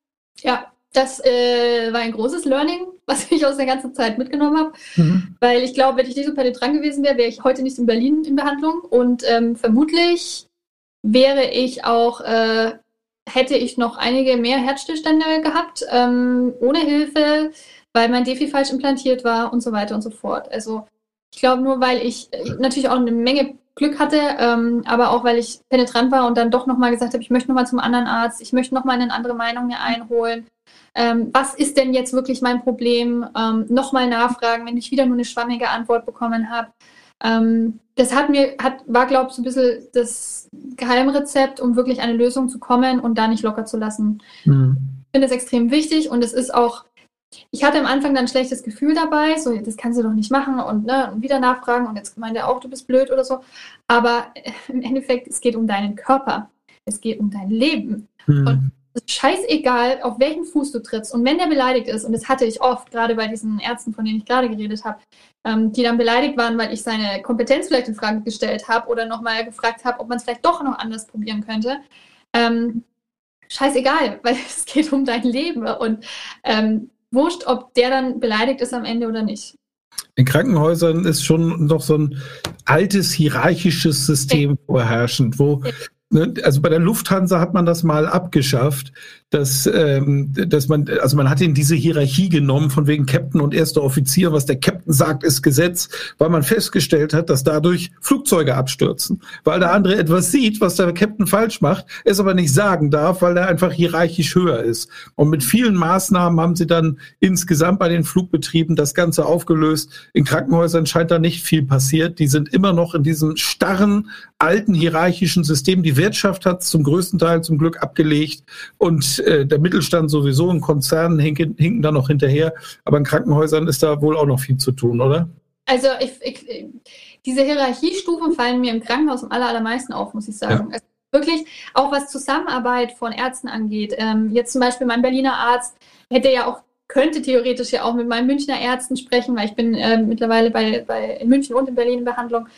ja, das äh, war ein großes Learning, was ich aus der ganzen Zeit mitgenommen habe, mhm. weil ich glaube, wenn ich nicht so penetrant gewesen wäre, wäre ich heute nicht in Berlin in Behandlung und ähm, vermutlich wäre ich auch, äh, hätte ich noch einige mehr Herzstillstände gehabt, ähm, ohne Hilfe, weil mein Defi falsch implantiert war und so weiter und so fort. Also ich glaube, nur weil ich natürlich auch eine Menge Glück hatte, ähm, aber auch weil ich penetrant war und dann doch nochmal gesagt habe, ich möchte nochmal zum anderen Arzt, ich möchte nochmal eine andere Meinung mir einholen. Ähm, was ist denn jetzt wirklich mein Problem? Ähm, nochmal nachfragen, wenn ich wieder nur eine schwammige Antwort bekommen habe. Ähm, das hat mir, hat, war, glaube ich, so ein bisschen das Geheimrezept, um wirklich eine Lösung zu kommen und da nicht locker zu lassen. Mhm. Ich finde das extrem wichtig und es ist auch, ich hatte am Anfang dann ein schlechtes Gefühl dabei, so, das kannst du doch nicht machen und, ne, und wieder nachfragen und jetzt meint er auch, du bist blöd oder so. Aber im Endeffekt, es geht um deinen Körper. Es geht um dein Leben. Mhm. Und es ist scheißegal, auf welchen Fuß du trittst. Und wenn der beleidigt ist, und das hatte ich oft, gerade bei diesen Ärzten, von denen ich gerade geredet habe, ähm, die dann beleidigt waren, weil ich seine Kompetenz vielleicht in Frage gestellt habe oder nochmal gefragt habe, ob man es vielleicht doch noch anders probieren könnte. Ähm, scheißegal, weil es geht um dein Leben. Und ähm, wurscht, ob der dann beleidigt ist am Ende oder nicht. In Krankenhäusern ist schon noch so ein altes hierarchisches System ja. vorherrschend, wo ja. Also bei der Lufthansa hat man das mal abgeschafft, dass, ähm, dass man, also man hat in diese Hierarchie genommen von wegen Captain und erster Offizier, was der Captain sagt, ist Gesetz, weil man festgestellt hat, dass dadurch Flugzeuge abstürzen, weil der andere etwas sieht, was der Captain falsch macht, es aber nicht sagen darf, weil er einfach hierarchisch höher ist. Und mit vielen Maßnahmen haben sie dann insgesamt bei den Flugbetrieben das Ganze aufgelöst. In Krankenhäusern scheint da nicht viel passiert. Die sind immer noch in diesem starren, alten hierarchischen System. Die Wirtschaft hat es zum größten Teil zum Glück abgelegt und äh, der Mittelstand sowieso, in Konzernen hinken, hinken da noch hinterher. Aber in Krankenhäusern ist da wohl auch noch viel zu tun, oder? Also ich, ich, diese Hierarchiestufen fallen mir im Krankenhaus am aller, allermeisten auf, muss ich sagen. Ja. Also wirklich, auch was Zusammenarbeit von Ärzten angeht. Ähm, jetzt zum Beispiel mein Berliner Arzt hätte ja auch, könnte theoretisch ja auch mit meinen Münchner Ärzten sprechen, weil ich bin äh, mittlerweile bei, bei in München und in Berlin in Behandlung.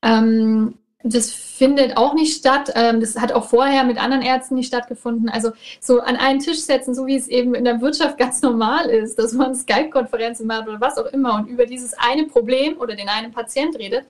Ähm, Das findet auch nicht statt. Das hat auch vorher mit anderen Ärzten nicht stattgefunden. Also so an einen Tisch setzen, so wie es eben in der Wirtschaft ganz normal ist, dass man Skype-Konferenzen macht oder was auch immer und über dieses eine Problem oder den einen Patient redet,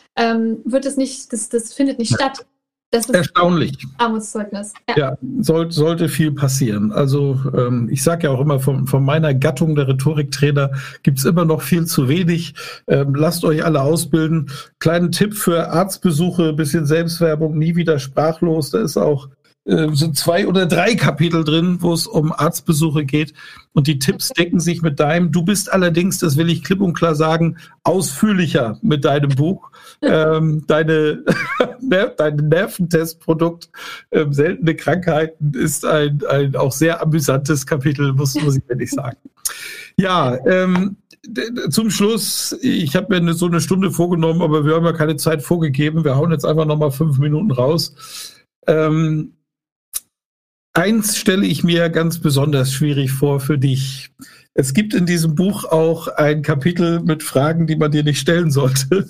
wird es nicht, das, das findet nicht statt. Das ist erstaunlich. Armutszeugnis. Ja, ja soll, sollte viel passieren. Also ähm, ich sage ja auch immer, von, von meiner Gattung der Rhetoriktrainer gibt es immer noch viel zu wenig. Ähm, lasst euch alle ausbilden. Kleinen Tipp für Arztbesuche, bisschen Selbstwerbung, nie wieder sprachlos. Da ist auch äh, so zwei oder drei Kapitel drin, wo es um Arztbesuche geht. Und die Tipps decken sich mit deinem. Du bist allerdings, das will ich klipp und klar sagen, ausführlicher mit deinem Buch. ähm, deine, dein Nerventestprodukt ähm, seltene Krankheiten ist ein, ein auch sehr amüsantes Kapitel, muss, muss ich ehrlich sagen. Ja, ähm, d- zum Schluss, ich habe mir eine, so eine Stunde vorgenommen, aber wir haben ja keine Zeit vorgegeben. Wir hauen jetzt einfach nochmal fünf Minuten raus. Ähm, eins stelle ich mir ganz besonders schwierig vor für dich. Es gibt in diesem Buch auch ein Kapitel mit Fragen, die man dir nicht stellen sollte.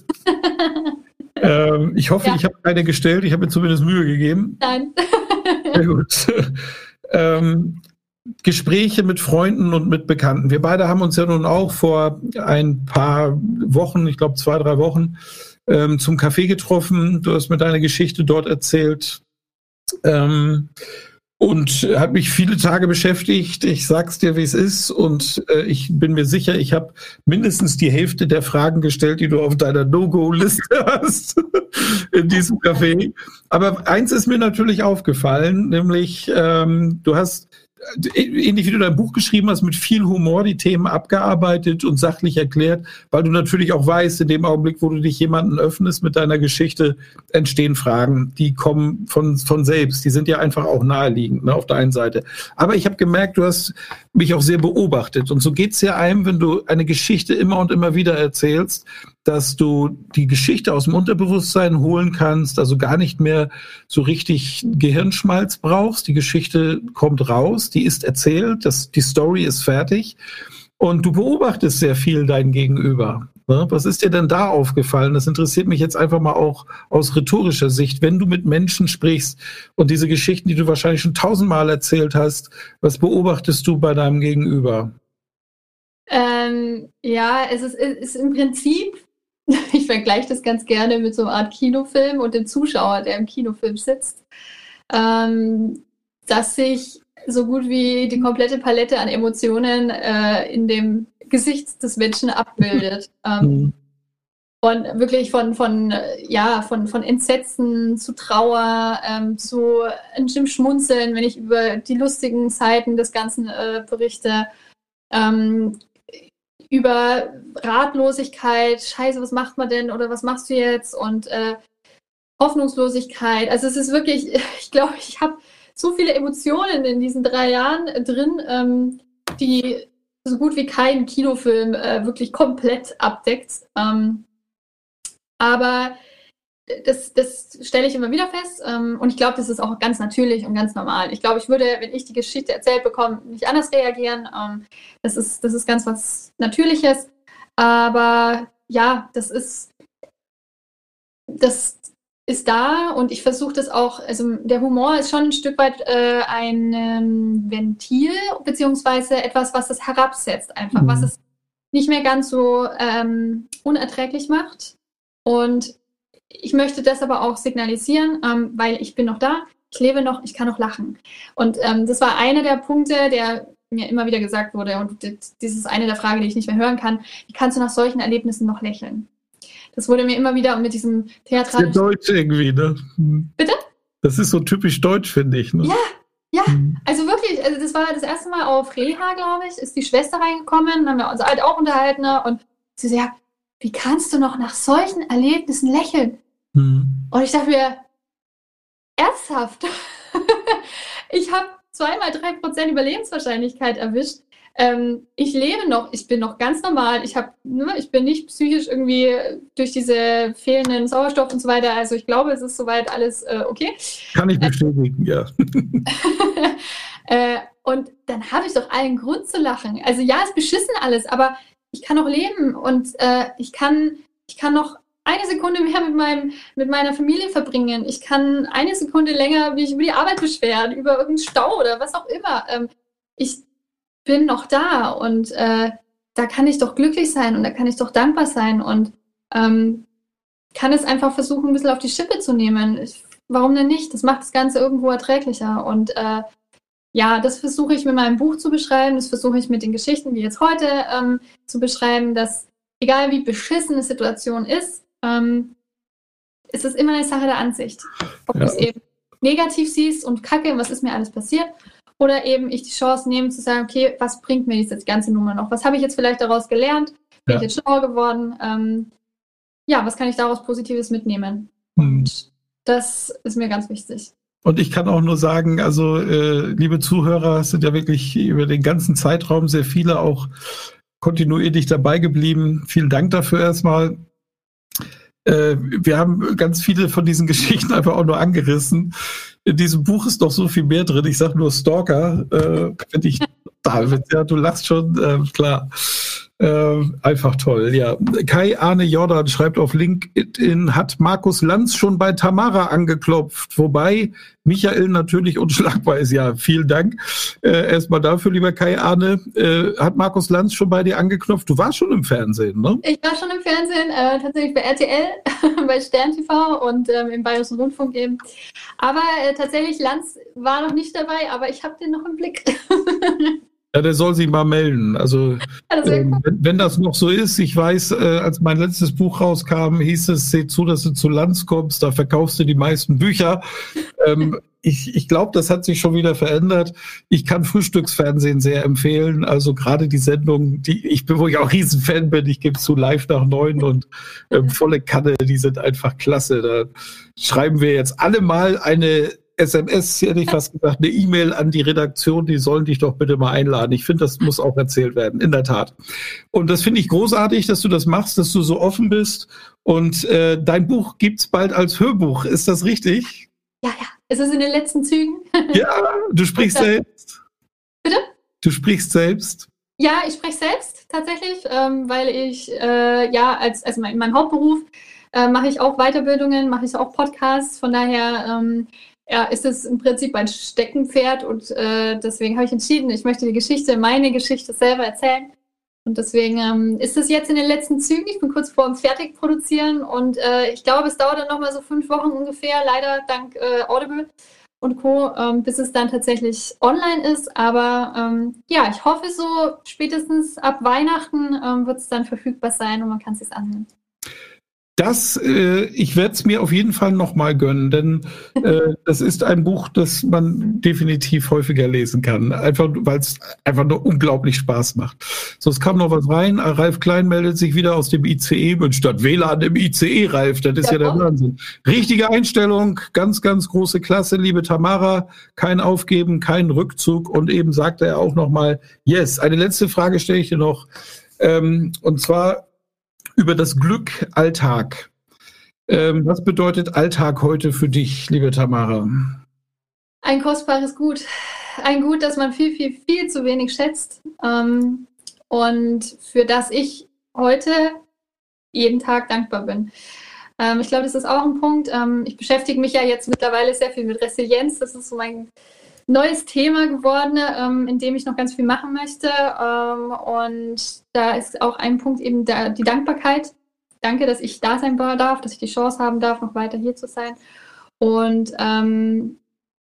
ähm, ich hoffe, ja. ich habe keine gestellt. Ich habe mir zumindest Mühe gegeben. Nein. Sehr gut. ähm, Gespräche mit Freunden und mit Bekannten. Wir beide haben uns ja nun auch vor ein paar Wochen, ich glaube zwei, drei Wochen, ähm, zum Café getroffen. Du hast mir deine Geschichte dort erzählt. Ähm, Und hat mich viele Tage beschäftigt. Ich sag's dir, wie es ist. Und äh, ich bin mir sicher, ich habe mindestens die Hälfte der Fragen gestellt, die du auf deiner No-Go-Liste hast in diesem Café. Aber eins ist mir natürlich aufgefallen, nämlich ähm, du hast, ähnlich wie du dein Buch geschrieben hast, mit viel Humor die Themen abgearbeitet und sachlich erklärt, weil du natürlich auch weißt, in dem Augenblick, wo du dich jemandem öffnest mit deiner Geschichte, entstehen Fragen, die kommen von, von selbst. Die sind ja einfach auch naheliegend, ne, auf der einen Seite. Aber ich habe gemerkt, du hast mich auch sehr beobachtet. Und so geht's ja einem, wenn du eine Geschichte immer und immer wieder erzählst, dass du die Geschichte aus dem Unterbewusstsein holen kannst, also gar nicht mehr so richtig Gehirnschmalz brauchst. Die Geschichte kommt raus, die ist erzählt, das, die Story ist fertig und du beobachtest sehr viel dein Gegenüber. Was ist dir denn da aufgefallen? Das interessiert mich jetzt einfach mal auch aus rhetorischer Sicht. Wenn du mit Menschen sprichst und diese Geschichten, die du wahrscheinlich schon tausendmal erzählt hast, was beobachtest du bei deinem Gegenüber? Ähm, ja, es ist, es ist im Prinzip, ich vergleiche das ganz gerne mit so einer Art Kinofilm und dem Zuschauer, der im Kinofilm sitzt, ähm, dass sich so gut wie die komplette Palette an Emotionen äh, in dem Gesicht des Menschen abbildet. Ähm, mhm. Von wirklich von, von, ja, von, von Entsetzen zu Trauer, ähm, zu einem Schmunzeln, wenn ich über die lustigen Seiten des Ganzen äh, berichte, ähm, über Ratlosigkeit, Scheiße, was macht man denn oder was machst du jetzt und äh, Hoffnungslosigkeit. Also es ist wirklich, ich glaube, ich habe so viele Emotionen in diesen drei Jahren drin, ähm, die so gut wie kein Kinofilm äh, wirklich komplett abdeckt. Ähm, aber das, das stelle ich immer wieder fest ähm, und ich glaube, das ist auch ganz natürlich und ganz normal. Ich glaube, ich würde, wenn ich die Geschichte erzählt bekomme, nicht anders reagieren. Ähm, das ist, das ist ganz was Natürliches. Aber ja, das ist, das ist da und ich versuche das auch, also der Humor ist schon ein Stück weit äh, ein ähm, Ventil, beziehungsweise etwas, was es herabsetzt einfach, mhm. was es nicht mehr ganz so ähm, unerträglich macht. Und ich möchte das aber auch signalisieren, ähm, weil ich bin noch da, ich lebe noch, ich kann noch lachen. Und ähm, das war einer der Punkte, der mir immer wieder gesagt wurde und das ist eine der Fragen, die ich nicht mehr hören kann, wie kannst du nach solchen Erlebnissen noch lächeln? Das wurde mir immer wieder mit diesem theatralischen... Sehr deutsch irgendwie, ne? Bitte? Das ist so typisch deutsch, finde ich, ne? Ja, ja, also wirklich, also das war das erste Mal auf Reha, glaube ich, ist die Schwester reingekommen, haben wir uns halt auch unterhalten und sie so, ja, wie kannst du noch nach solchen Erlebnissen lächeln? Mhm. Und ich dachte mir, ernsthaft? Ich habe zweimal drei Prozent Überlebenswahrscheinlichkeit erwischt. Ähm, ich lebe noch, ich bin noch ganz normal. Ich habe, ne, ich bin nicht psychisch irgendwie durch diese fehlenden Sauerstoff und so weiter. Also ich glaube, es ist soweit alles äh, okay. Kann ich bestätigen, äh, ja. äh, und dann habe ich doch allen Grund zu lachen. Also ja, es ist beschissen alles, aber ich kann noch leben und äh, ich kann, ich kann noch eine Sekunde mehr mit meinem, mit meiner Familie verbringen. Ich kann eine Sekunde länger mich über die Arbeit beschweren, über irgendeinen Stau oder was auch immer. Ähm, ich bin noch da und äh, da kann ich doch glücklich sein und da kann ich doch dankbar sein und ähm, kann es einfach versuchen, ein bisschen auf die Schippe zu nehmen. Ich, warum denn nicht? Das macht das Ganze irgendwo erträglicher und äh, ja, das versuche ich mit meinem Buch zu beschreiben, das versuche ich mit den Geschichten wie jetzt heute ähm, zu beschreiben, dass egal wie beschissen eine Situation ist, ähm, ist es immer eine Sache der Ansicht. Ob ja. du es eben negativ siehst und kacke, was ist mir alles passiert, oder eben ich die Chance nehme zu sagen, okay, was bringt mir diese ganze Nummer noch? Was habe ich jetzt vielleicht daraus gelernt? Bin ja. ich jetzt schlauer geworden? Ähm, ja, was kann ich daraus Positives mitnehmen? Hm. Und das ist mir ganz wichtig. Und ich kann auch nur sagen, also äh, liebe Zuhörer, es sind ja wirklich über den ganzen Zeitraum sehr viele auch kontinuierlich dabei geblieben. Vielen Dank dafür erstmal. Äh, wir haben ganz viele von diesen Geschichten einfach auch nur angerissen. In diesem Buch ist noch so viel mehr drin. Ich sage nur Stalker. Äh, finde ich total witzig. Ja, du lachst schon, äh, klar. Äh, einfach toll, ja. Kai Arne Jordan schreibt auf LinkedIn, hat Markus Lanz schon bei Tamara angeklopft, wobei Michael natürlich unschlagbar ist. Ja, vielen Dank äh, erstmal dafür, lieber Kai Arne. Äh, hat Markus Lanz schon bei dir angeklopft? Du warst schon im Fernsehen, ne? Ich war schon im Fernsehen, äh, tatsächlich bei R T L, bei Stern T V und ähm, im Bayerischen Rundfunk eben. Aber äh, tatsächlich, Lanz war noch nicht dabei, aber ich habe den noch im Blick. Ja, der soll sich mal melden. Also das äh, wenn, wenn das noch so ist, ich weiß, äh, als mein letztes Buch rauskam, hieß es, seh zu, dass du zu Lanz kommst, da verkaufst du die meisten Bücher. Ähm, ich ich glaube, das hat sich schon wieder verändert. Ich kann Frühstücksfernsehen sehr empfehlen. Also gerade die Sendung, die ich bin, wo ich auch Riesenfan bin, ich gebe zu live nach neun und ähm, volle Kanne, die sind einfach klasse. Da schreiben wir jetzt alle mal eine S M S, hätte ich fast gesagt, eine E-Mail an die Redaktion, die sollen dich doch bitte mal einladen. Ich finde, das muss auch erzählt werden, in der Tat. Und das finde ich großartig, dass du das machst, dass du so offen bist. Und äh, dein Buch gibt's bald als Hörbuch, ist das richtig? Ja, ja, es ist in den letzten Zügen. Ja, du sprichst selbst. Bitte? Du sprichst selbst. Ja, ich spreche selbst tatsächlich, ähm, weil ich, äh, ja, als, also mein, mein Hauptberuf äh, mache ich auch Weiterbildungen, mache ich auch Podcasts, von daher ähm, ja, ist es im Prinzip ein Steckenpferd und äh, deswegen habe ich entschieden, ich möchte die Geschichte, meine Geschichte selber erzählen. Und deswegen ähm, ist es jetzt in den letzten Zügen. Ich bin kurz vor dem Fertigproduzieren und äh, ich glaube, es dauert dann nochmal so fünf Wochen ungefähr, leider dank äh, Audible und Co., ähm, bis es dann tatsächlich online ist. Aber ähm, ja, ich hoffe so, spätestens ab Weihnachten ähm, wird es dann verfügbar sein und man kann es sich anhören. Das, äh, ich werde es mir auf jeden Fall nochmal gönnen, denn äh, das ist ein Buch, das man definitiv häufiger lesen kann, einfach weil es einfach nur unglaublich Spaß macht. So, es kam noch was rein. Ralf Klein meldet sich wieder aus dem I C E, mit statt W L A N im I C E, Ralf, das ist ja, ja der Wahnsinn. Richtige Einstellung, ganz, ganz große Klasse, liebe Tamara, kein Aufgeben, kein Rückzug und eben sagte er auch nochmal, yes. Eine letzte Frage stelle ich dir noch, ähm, und zwar über das Glück Alltag. Ähm, was bedeutet Alltag heute für dich, liebe Tamara? Ein kostbares Gut. Ein Gut, das man viel, viel, viel zu wenig schätzt. Ähm, und für das ich heute jeden Tag dankbar bin. Ähm, ich glaube, das ist auch ein Punkt. Ähm, ich beschäftige mich ja jetzt mittlerweile sehr viel mit Resilienz. Das ist so mein neues Thema geworden, ähm, in dem ich noch ganz viel machen möchte. Ähm, und da ist auch ein Punkt eben da, die Dankbarkeit. Danke, dass ich da sein darf, dass ich die Chance haben darf, noch weiter hier zu sein. Und ähm,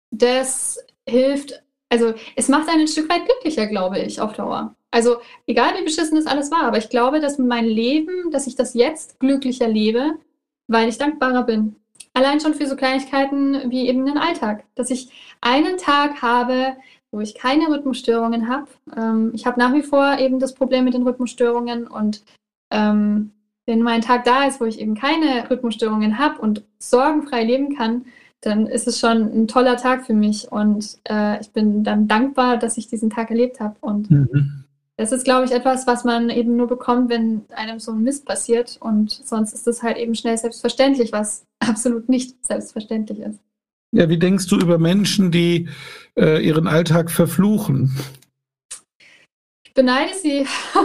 das hilft, also es macht einen ein Stück weit glücklicher, glaube ich, auf Dauer. Also egal, wie beschissen das alles war, aber ich glaube, dass mein Leben, dass ich das jetzt glücklicher lebe, weil ich dankbarer bin. Allein schon für so Kleinigkeiten wie eben den Alltag. Dass ich einen Tag habe, wo ich keine Rhythmusstörungen habe. Ähm, ich habe nach wie vor eben das Problem mit den Rhythmusstörungen und ähm, wenn mein Tag da ist, wo ich eben keine Rhythmusstörungen habe und sorgenfrei leben kann, dann ist es schon ein toller Tag für mich und äh, ich bin dann dankbar, dass ich diesen Tag erlebt habe. Und mhm. das ist, glaube ich, etwas, was man eben nur bekommt, wenn einem so ein Mist passiert und sonst ist es halt eben schnell selbstverständlich, was absolut nicht selbstverständlich ist. Ja, wie denkst du über Menschen, die äh, ihren Alltag verfluchen? Ich beneide sie.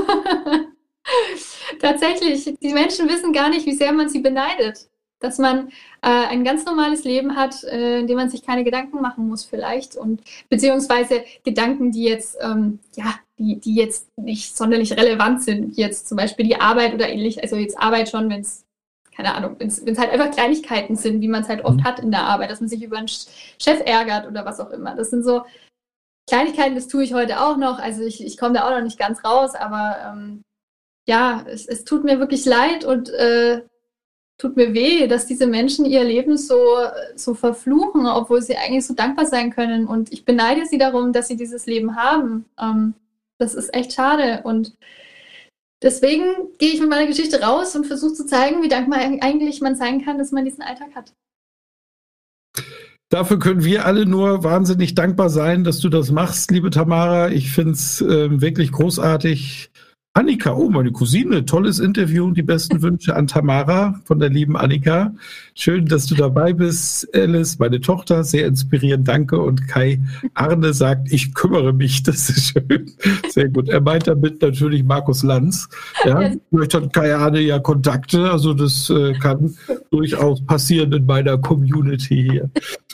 Tatsächlich, die Menschen wissen gar nicht, wie sehr man sie beneidet. Dass man äh, ein ganz normales Leben hat, äh, in dem man sich keine Gedanken machen muss vielleicht und beziehungsweise Gedanken, die jetzt, ähm, ja, die, die jetzt nicht sonderlich relevant sind, wie jetzt zum Beispiel die Arbeit oder ähnlich, also jetzt Arbeit schon, wenn es, keine Ahnung, wenn es halt einfach Kleinigkeiten sind, wie man es halt oft hat in der Arbeit, dass man sich über einen Chef ärgert oder was auch immer. Das sind so Kleinigkeiten, das tue ich heute auch noch, also ich, ich komme da auch noch nicht ganz raus, aber ähm, ja, es, es tut mir wirklich leid und äh, tut mir weh, dass diese Menschen ihr Leben so, so verfluchen, obwohl sie eigentlich so dankbar sein können. Und ich beneide sie darum, dass sie dieses Leben haben. Ähm, das ist echt schade. Und deswegen gehe ich mit meiner Geschichte raus und versuche zu zeigen, wie dankbar eigentlich man sein kann, dass man diesen Alltag hat. Dafür können wir alle nur wahnsinnig dankbar sein, dass du das machst, liebe Tamara. Ich finde es äh, wirklich großartig. Annika, oh, meine Cousine, tolles Interview und die besten Wünsche an Tamara von der lieben Annika. Schön, dass du dabei bist, Alice, meine Tochter, sehr inspirierend, danke. Und Kai Arne sagt, ich kümmere mich, das ist schön. Sehr gut. Er meint damit natürlich Markus Lanz. Ja, vielleicht hat Kai Arne ja Kontakte, also das äh, kann durchaus passieren in meiner Community hier.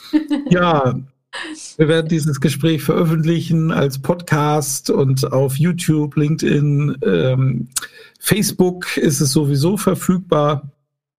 Ja, wir werden dieses Gespräch veröffentlichen als Podcast und auf YouTube, LinkedIn, ähm, Facebook ist es sowieso verfügbar.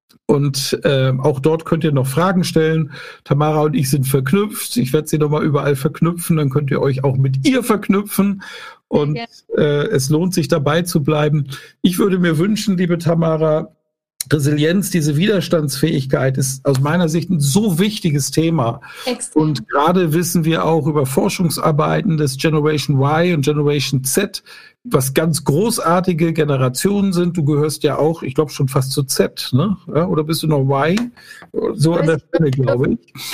Und äh, auch dort könnt ihr noch Fragen stellen. Tamara und ich sind verknüpft. Ich werde sie nochmal überall verknüpfen. Dann könnt ihr euch auch mit ihr verknüpfen. Und äh, es lohnt sich dabei zu bleiben. Ich würde mir wünschen, liebe Tamara, Resilienz, diese Widerstandsfähigkeit ist aus meiner Sicht ein so wichtiges Thema. Extrem. Und gerade wissen wir auch über Forschungsarbeiten des Generation Y und Generation Z, was ganz großartige Generationen sind. Du gehörst ja auch, ich glaube, schon fast zu Z, ne? Ja, oder bist du noch Y? So an der Stelle, glaube ich.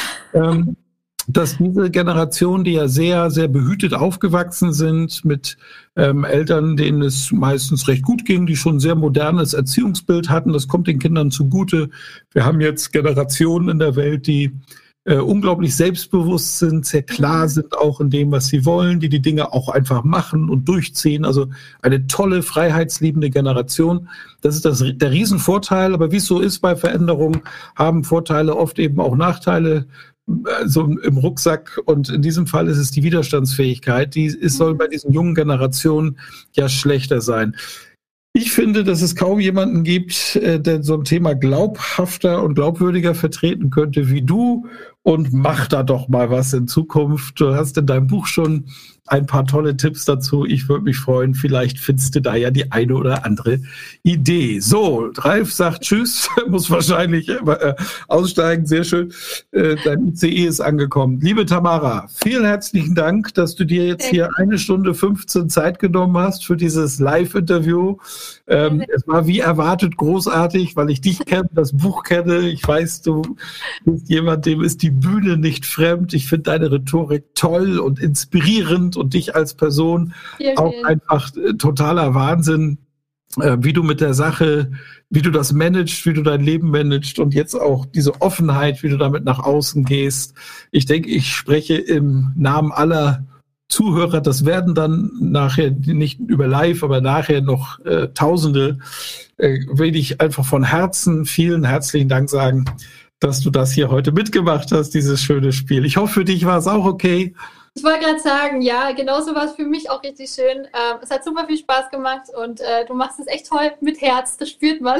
Ähm, dass diese Generation, die ja sehr, sehr behütet aufgewachsen sind, mit ähm, Eltern, denen es meistens recht gut ging, die schon ein sehr modernes Erziehungsbild hatten, das kommt den Kindern zugute. Wir haben jetzt Generationen in der Welt, die äh, unglaublich selbstbewusst sind, sehr klar sind auch in dem, was sie wollen, die die Dinge auch einfach machen und durchziehen. Also eine tolle, freiheitsliebende Generation. Das ist das, der Riesenvorteil. Aber wie es so ist bei Veränderungen, haben Vorteile oft eben auch Nachteile so im Rucksack, und in diesem Fall ist es die Widerstandsfähigkeit, die ist, soll bei diesen jungen Generationen ja schlechter sein. Ich finde, dass es kaum jemanden gibt, der so ein Thema glaubhafter und glaubwürdiger vertreten könnte wie du, und mach da doch mal was in Zukunft. Du hast in deinem Buch schon ein paar tolle Tipps dazu. Ich würde mich freuen, vielleicht findest du da ja die eine oder andere Idee. So, Ralf sagt Tschüss, muss wahrscheinlich äh, aussteigen, sehr schön. Äh, dein I C E ist angekommen. Liebe Tamara, vielen herzlichen Dank, dass du dir jetzt hier eine Stunde fünfzehn Zeit genommen hast für dieses Live-Interview. Ähm, es war wie erwartet großartig, weil ich dich kenne, das Buch kenne. Ich weiß, du bist jemand, dem ist die Bühne nicht fremd. Ich finde deine Rhetorik toll und inspirierend und dich als Person vielen, auch vielen. Einfach äh, totaler Wahnsinn, äh, wie du mit der Sache, wie du das managst, wie du dein Leben managst, und jetzt auch diese Offenheit, wie du damit nach außen gehst. Ich denke, ich spreche im Namen aller Zuhörer, das werden dann nachher nicht über live, aber nachher noch äh, Tausende, äh, will ich einfach von Herzen vielen herzlichen Dank sagen, dass du das hier heute mitgemacht hast, dieses schöne Spiel. Ich hoffe, für dich war es auch okay. Ich wollte gerade sagen, ja, genauso war es für mich auch richtig schön. Ähm, es hat super viel Spaß gemacht, und äh, du machst es echt toll mit Herz, das spürt man.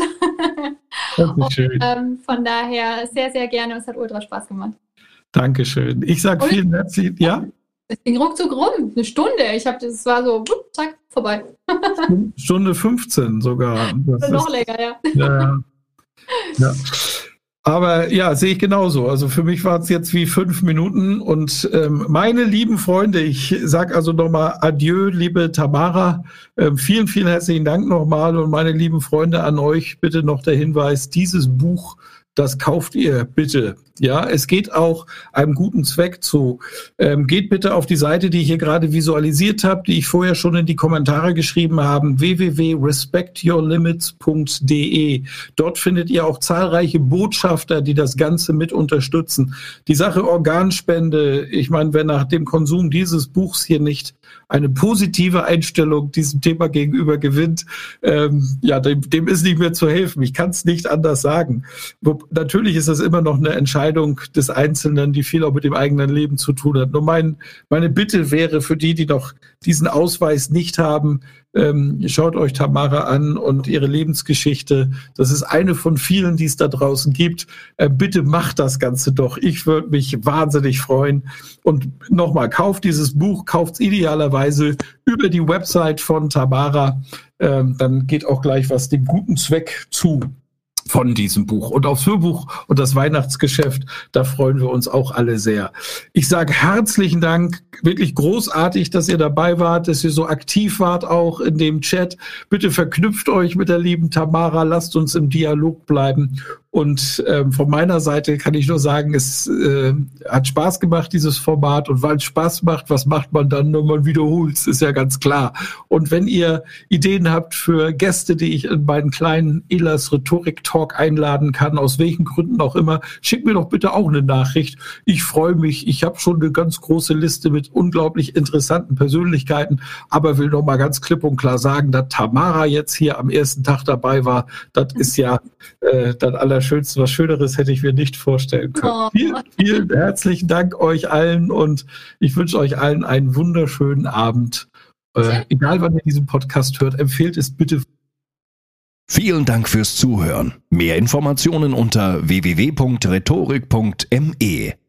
Das ist schön. Und, ähm, von daher sehr, sehr gerne, es hat ultra Spaß gemacht. Dankeschön. Ich sage vielen herzlichen, ja? Es ging ruckzuck rum, eine Stunde. Ich habe, das war so, zack, vorbei. Stunde fünfzehn sogar. Das noch ist, länger, ja. Ja, ja. Aber ja, sehe ich genauso. Also für mich war es jetzt wie fünf Minuten. Und ähm, meine lieben Freunde, ich sage also nochmal Adieu, liebe Tamara. Ähm, vielen, vielen herzlichen Dank nochmal. Und meine lieben Freunde, an euch bitte noch der Hinweis, dieses Buch, das kauft ihr bitte. Ja, es geht auch einem guten Zweck zu. Ähm, geht bitte auf die Seite, die ich hier gerade visualisiert habe, die ich vorher schon in die Kommentare geschrieben habe, w w w punkt respect your limits punkt d e. Dort findet ihr auch zahlreiche Botschafter, die das Ganze mit unterstützen. Die Sache Organspende, ich meine, wer nach dem Konsum dieses Buchs hier nicht eine positive Einstellung diesem Thema gegenüber gewinnt, ähm, ja, dem, dem ist nicht mehr zu helfen. Ich kann es nicht anders sagen. Natürlich ist das immer noch eine Entscheidung des Einzelnen, die viel auch mit dem eigenen Leben zu tun hat. Nur mein, meine Bitte wäre für die, die noch diesen Ausweis nicht haben, ähm, schaut euch Tamara an und ihre Lebensgeschichte. Das ist eine von vielen, die es da draußen gibt. Äh, bitte macht das Ganze doch. Ich würde mich wahnsinnig freuen. Und nochmal, kauft dieses Buch, kauft es idealerweise über die Website von Tamara. Ähm, dann geht auch gleich was dem guten Zweck zu von diesem Buch. Und aufs Hörbuch und das Weihnachtsgeschäft, da freuen wir uns auch alle sehr. Ich sage herzlichen Dank, wirklich großartig, dass ihr dabei wart, dass ihr so aktiv wart auch in dem Chat. Bitte verknüpft euch mit der lieben Tamara, lasst uns im Dialog bleiben. Und ähm, von meiner Seite kann ich nur sagen, es äh, hat Spaß gemacht, dieses Format. Und weil es Spaß macht, was macht man dann, wenn man wiederholt? Das ist ja ganz klar. Und wenn ihr Ideen habt für Gäste, die ich in meinen kleinen Elas Rhetorik-Talk einladen kann, aus welchen Gründen auch immer, schickt mir doch bitte auch eine Nachricht. Ich freue mich. Ich habe schon eine ganz große Liste mit unglaublich interessanten Persönlichkeiten, aber will noch mal ganz klipp und klar sagen, dass Tamara jetzt hier am ersten Tag dabei war, das ist ja äh, das Allerschönste. Was Schöneres hätte ich mir nicht vorstellen können. Oh. Vielen, vielen herzlichen Dank euch allen und ich wünsche euch allen einen wunderschönen Abend. Äh, egal, wann ihr diesen Podcast hört, empfehlt es bitte. Vielen Dank fürs Zuhören. Mehr Informationen unter w w w punkt rhetorik punkt m e.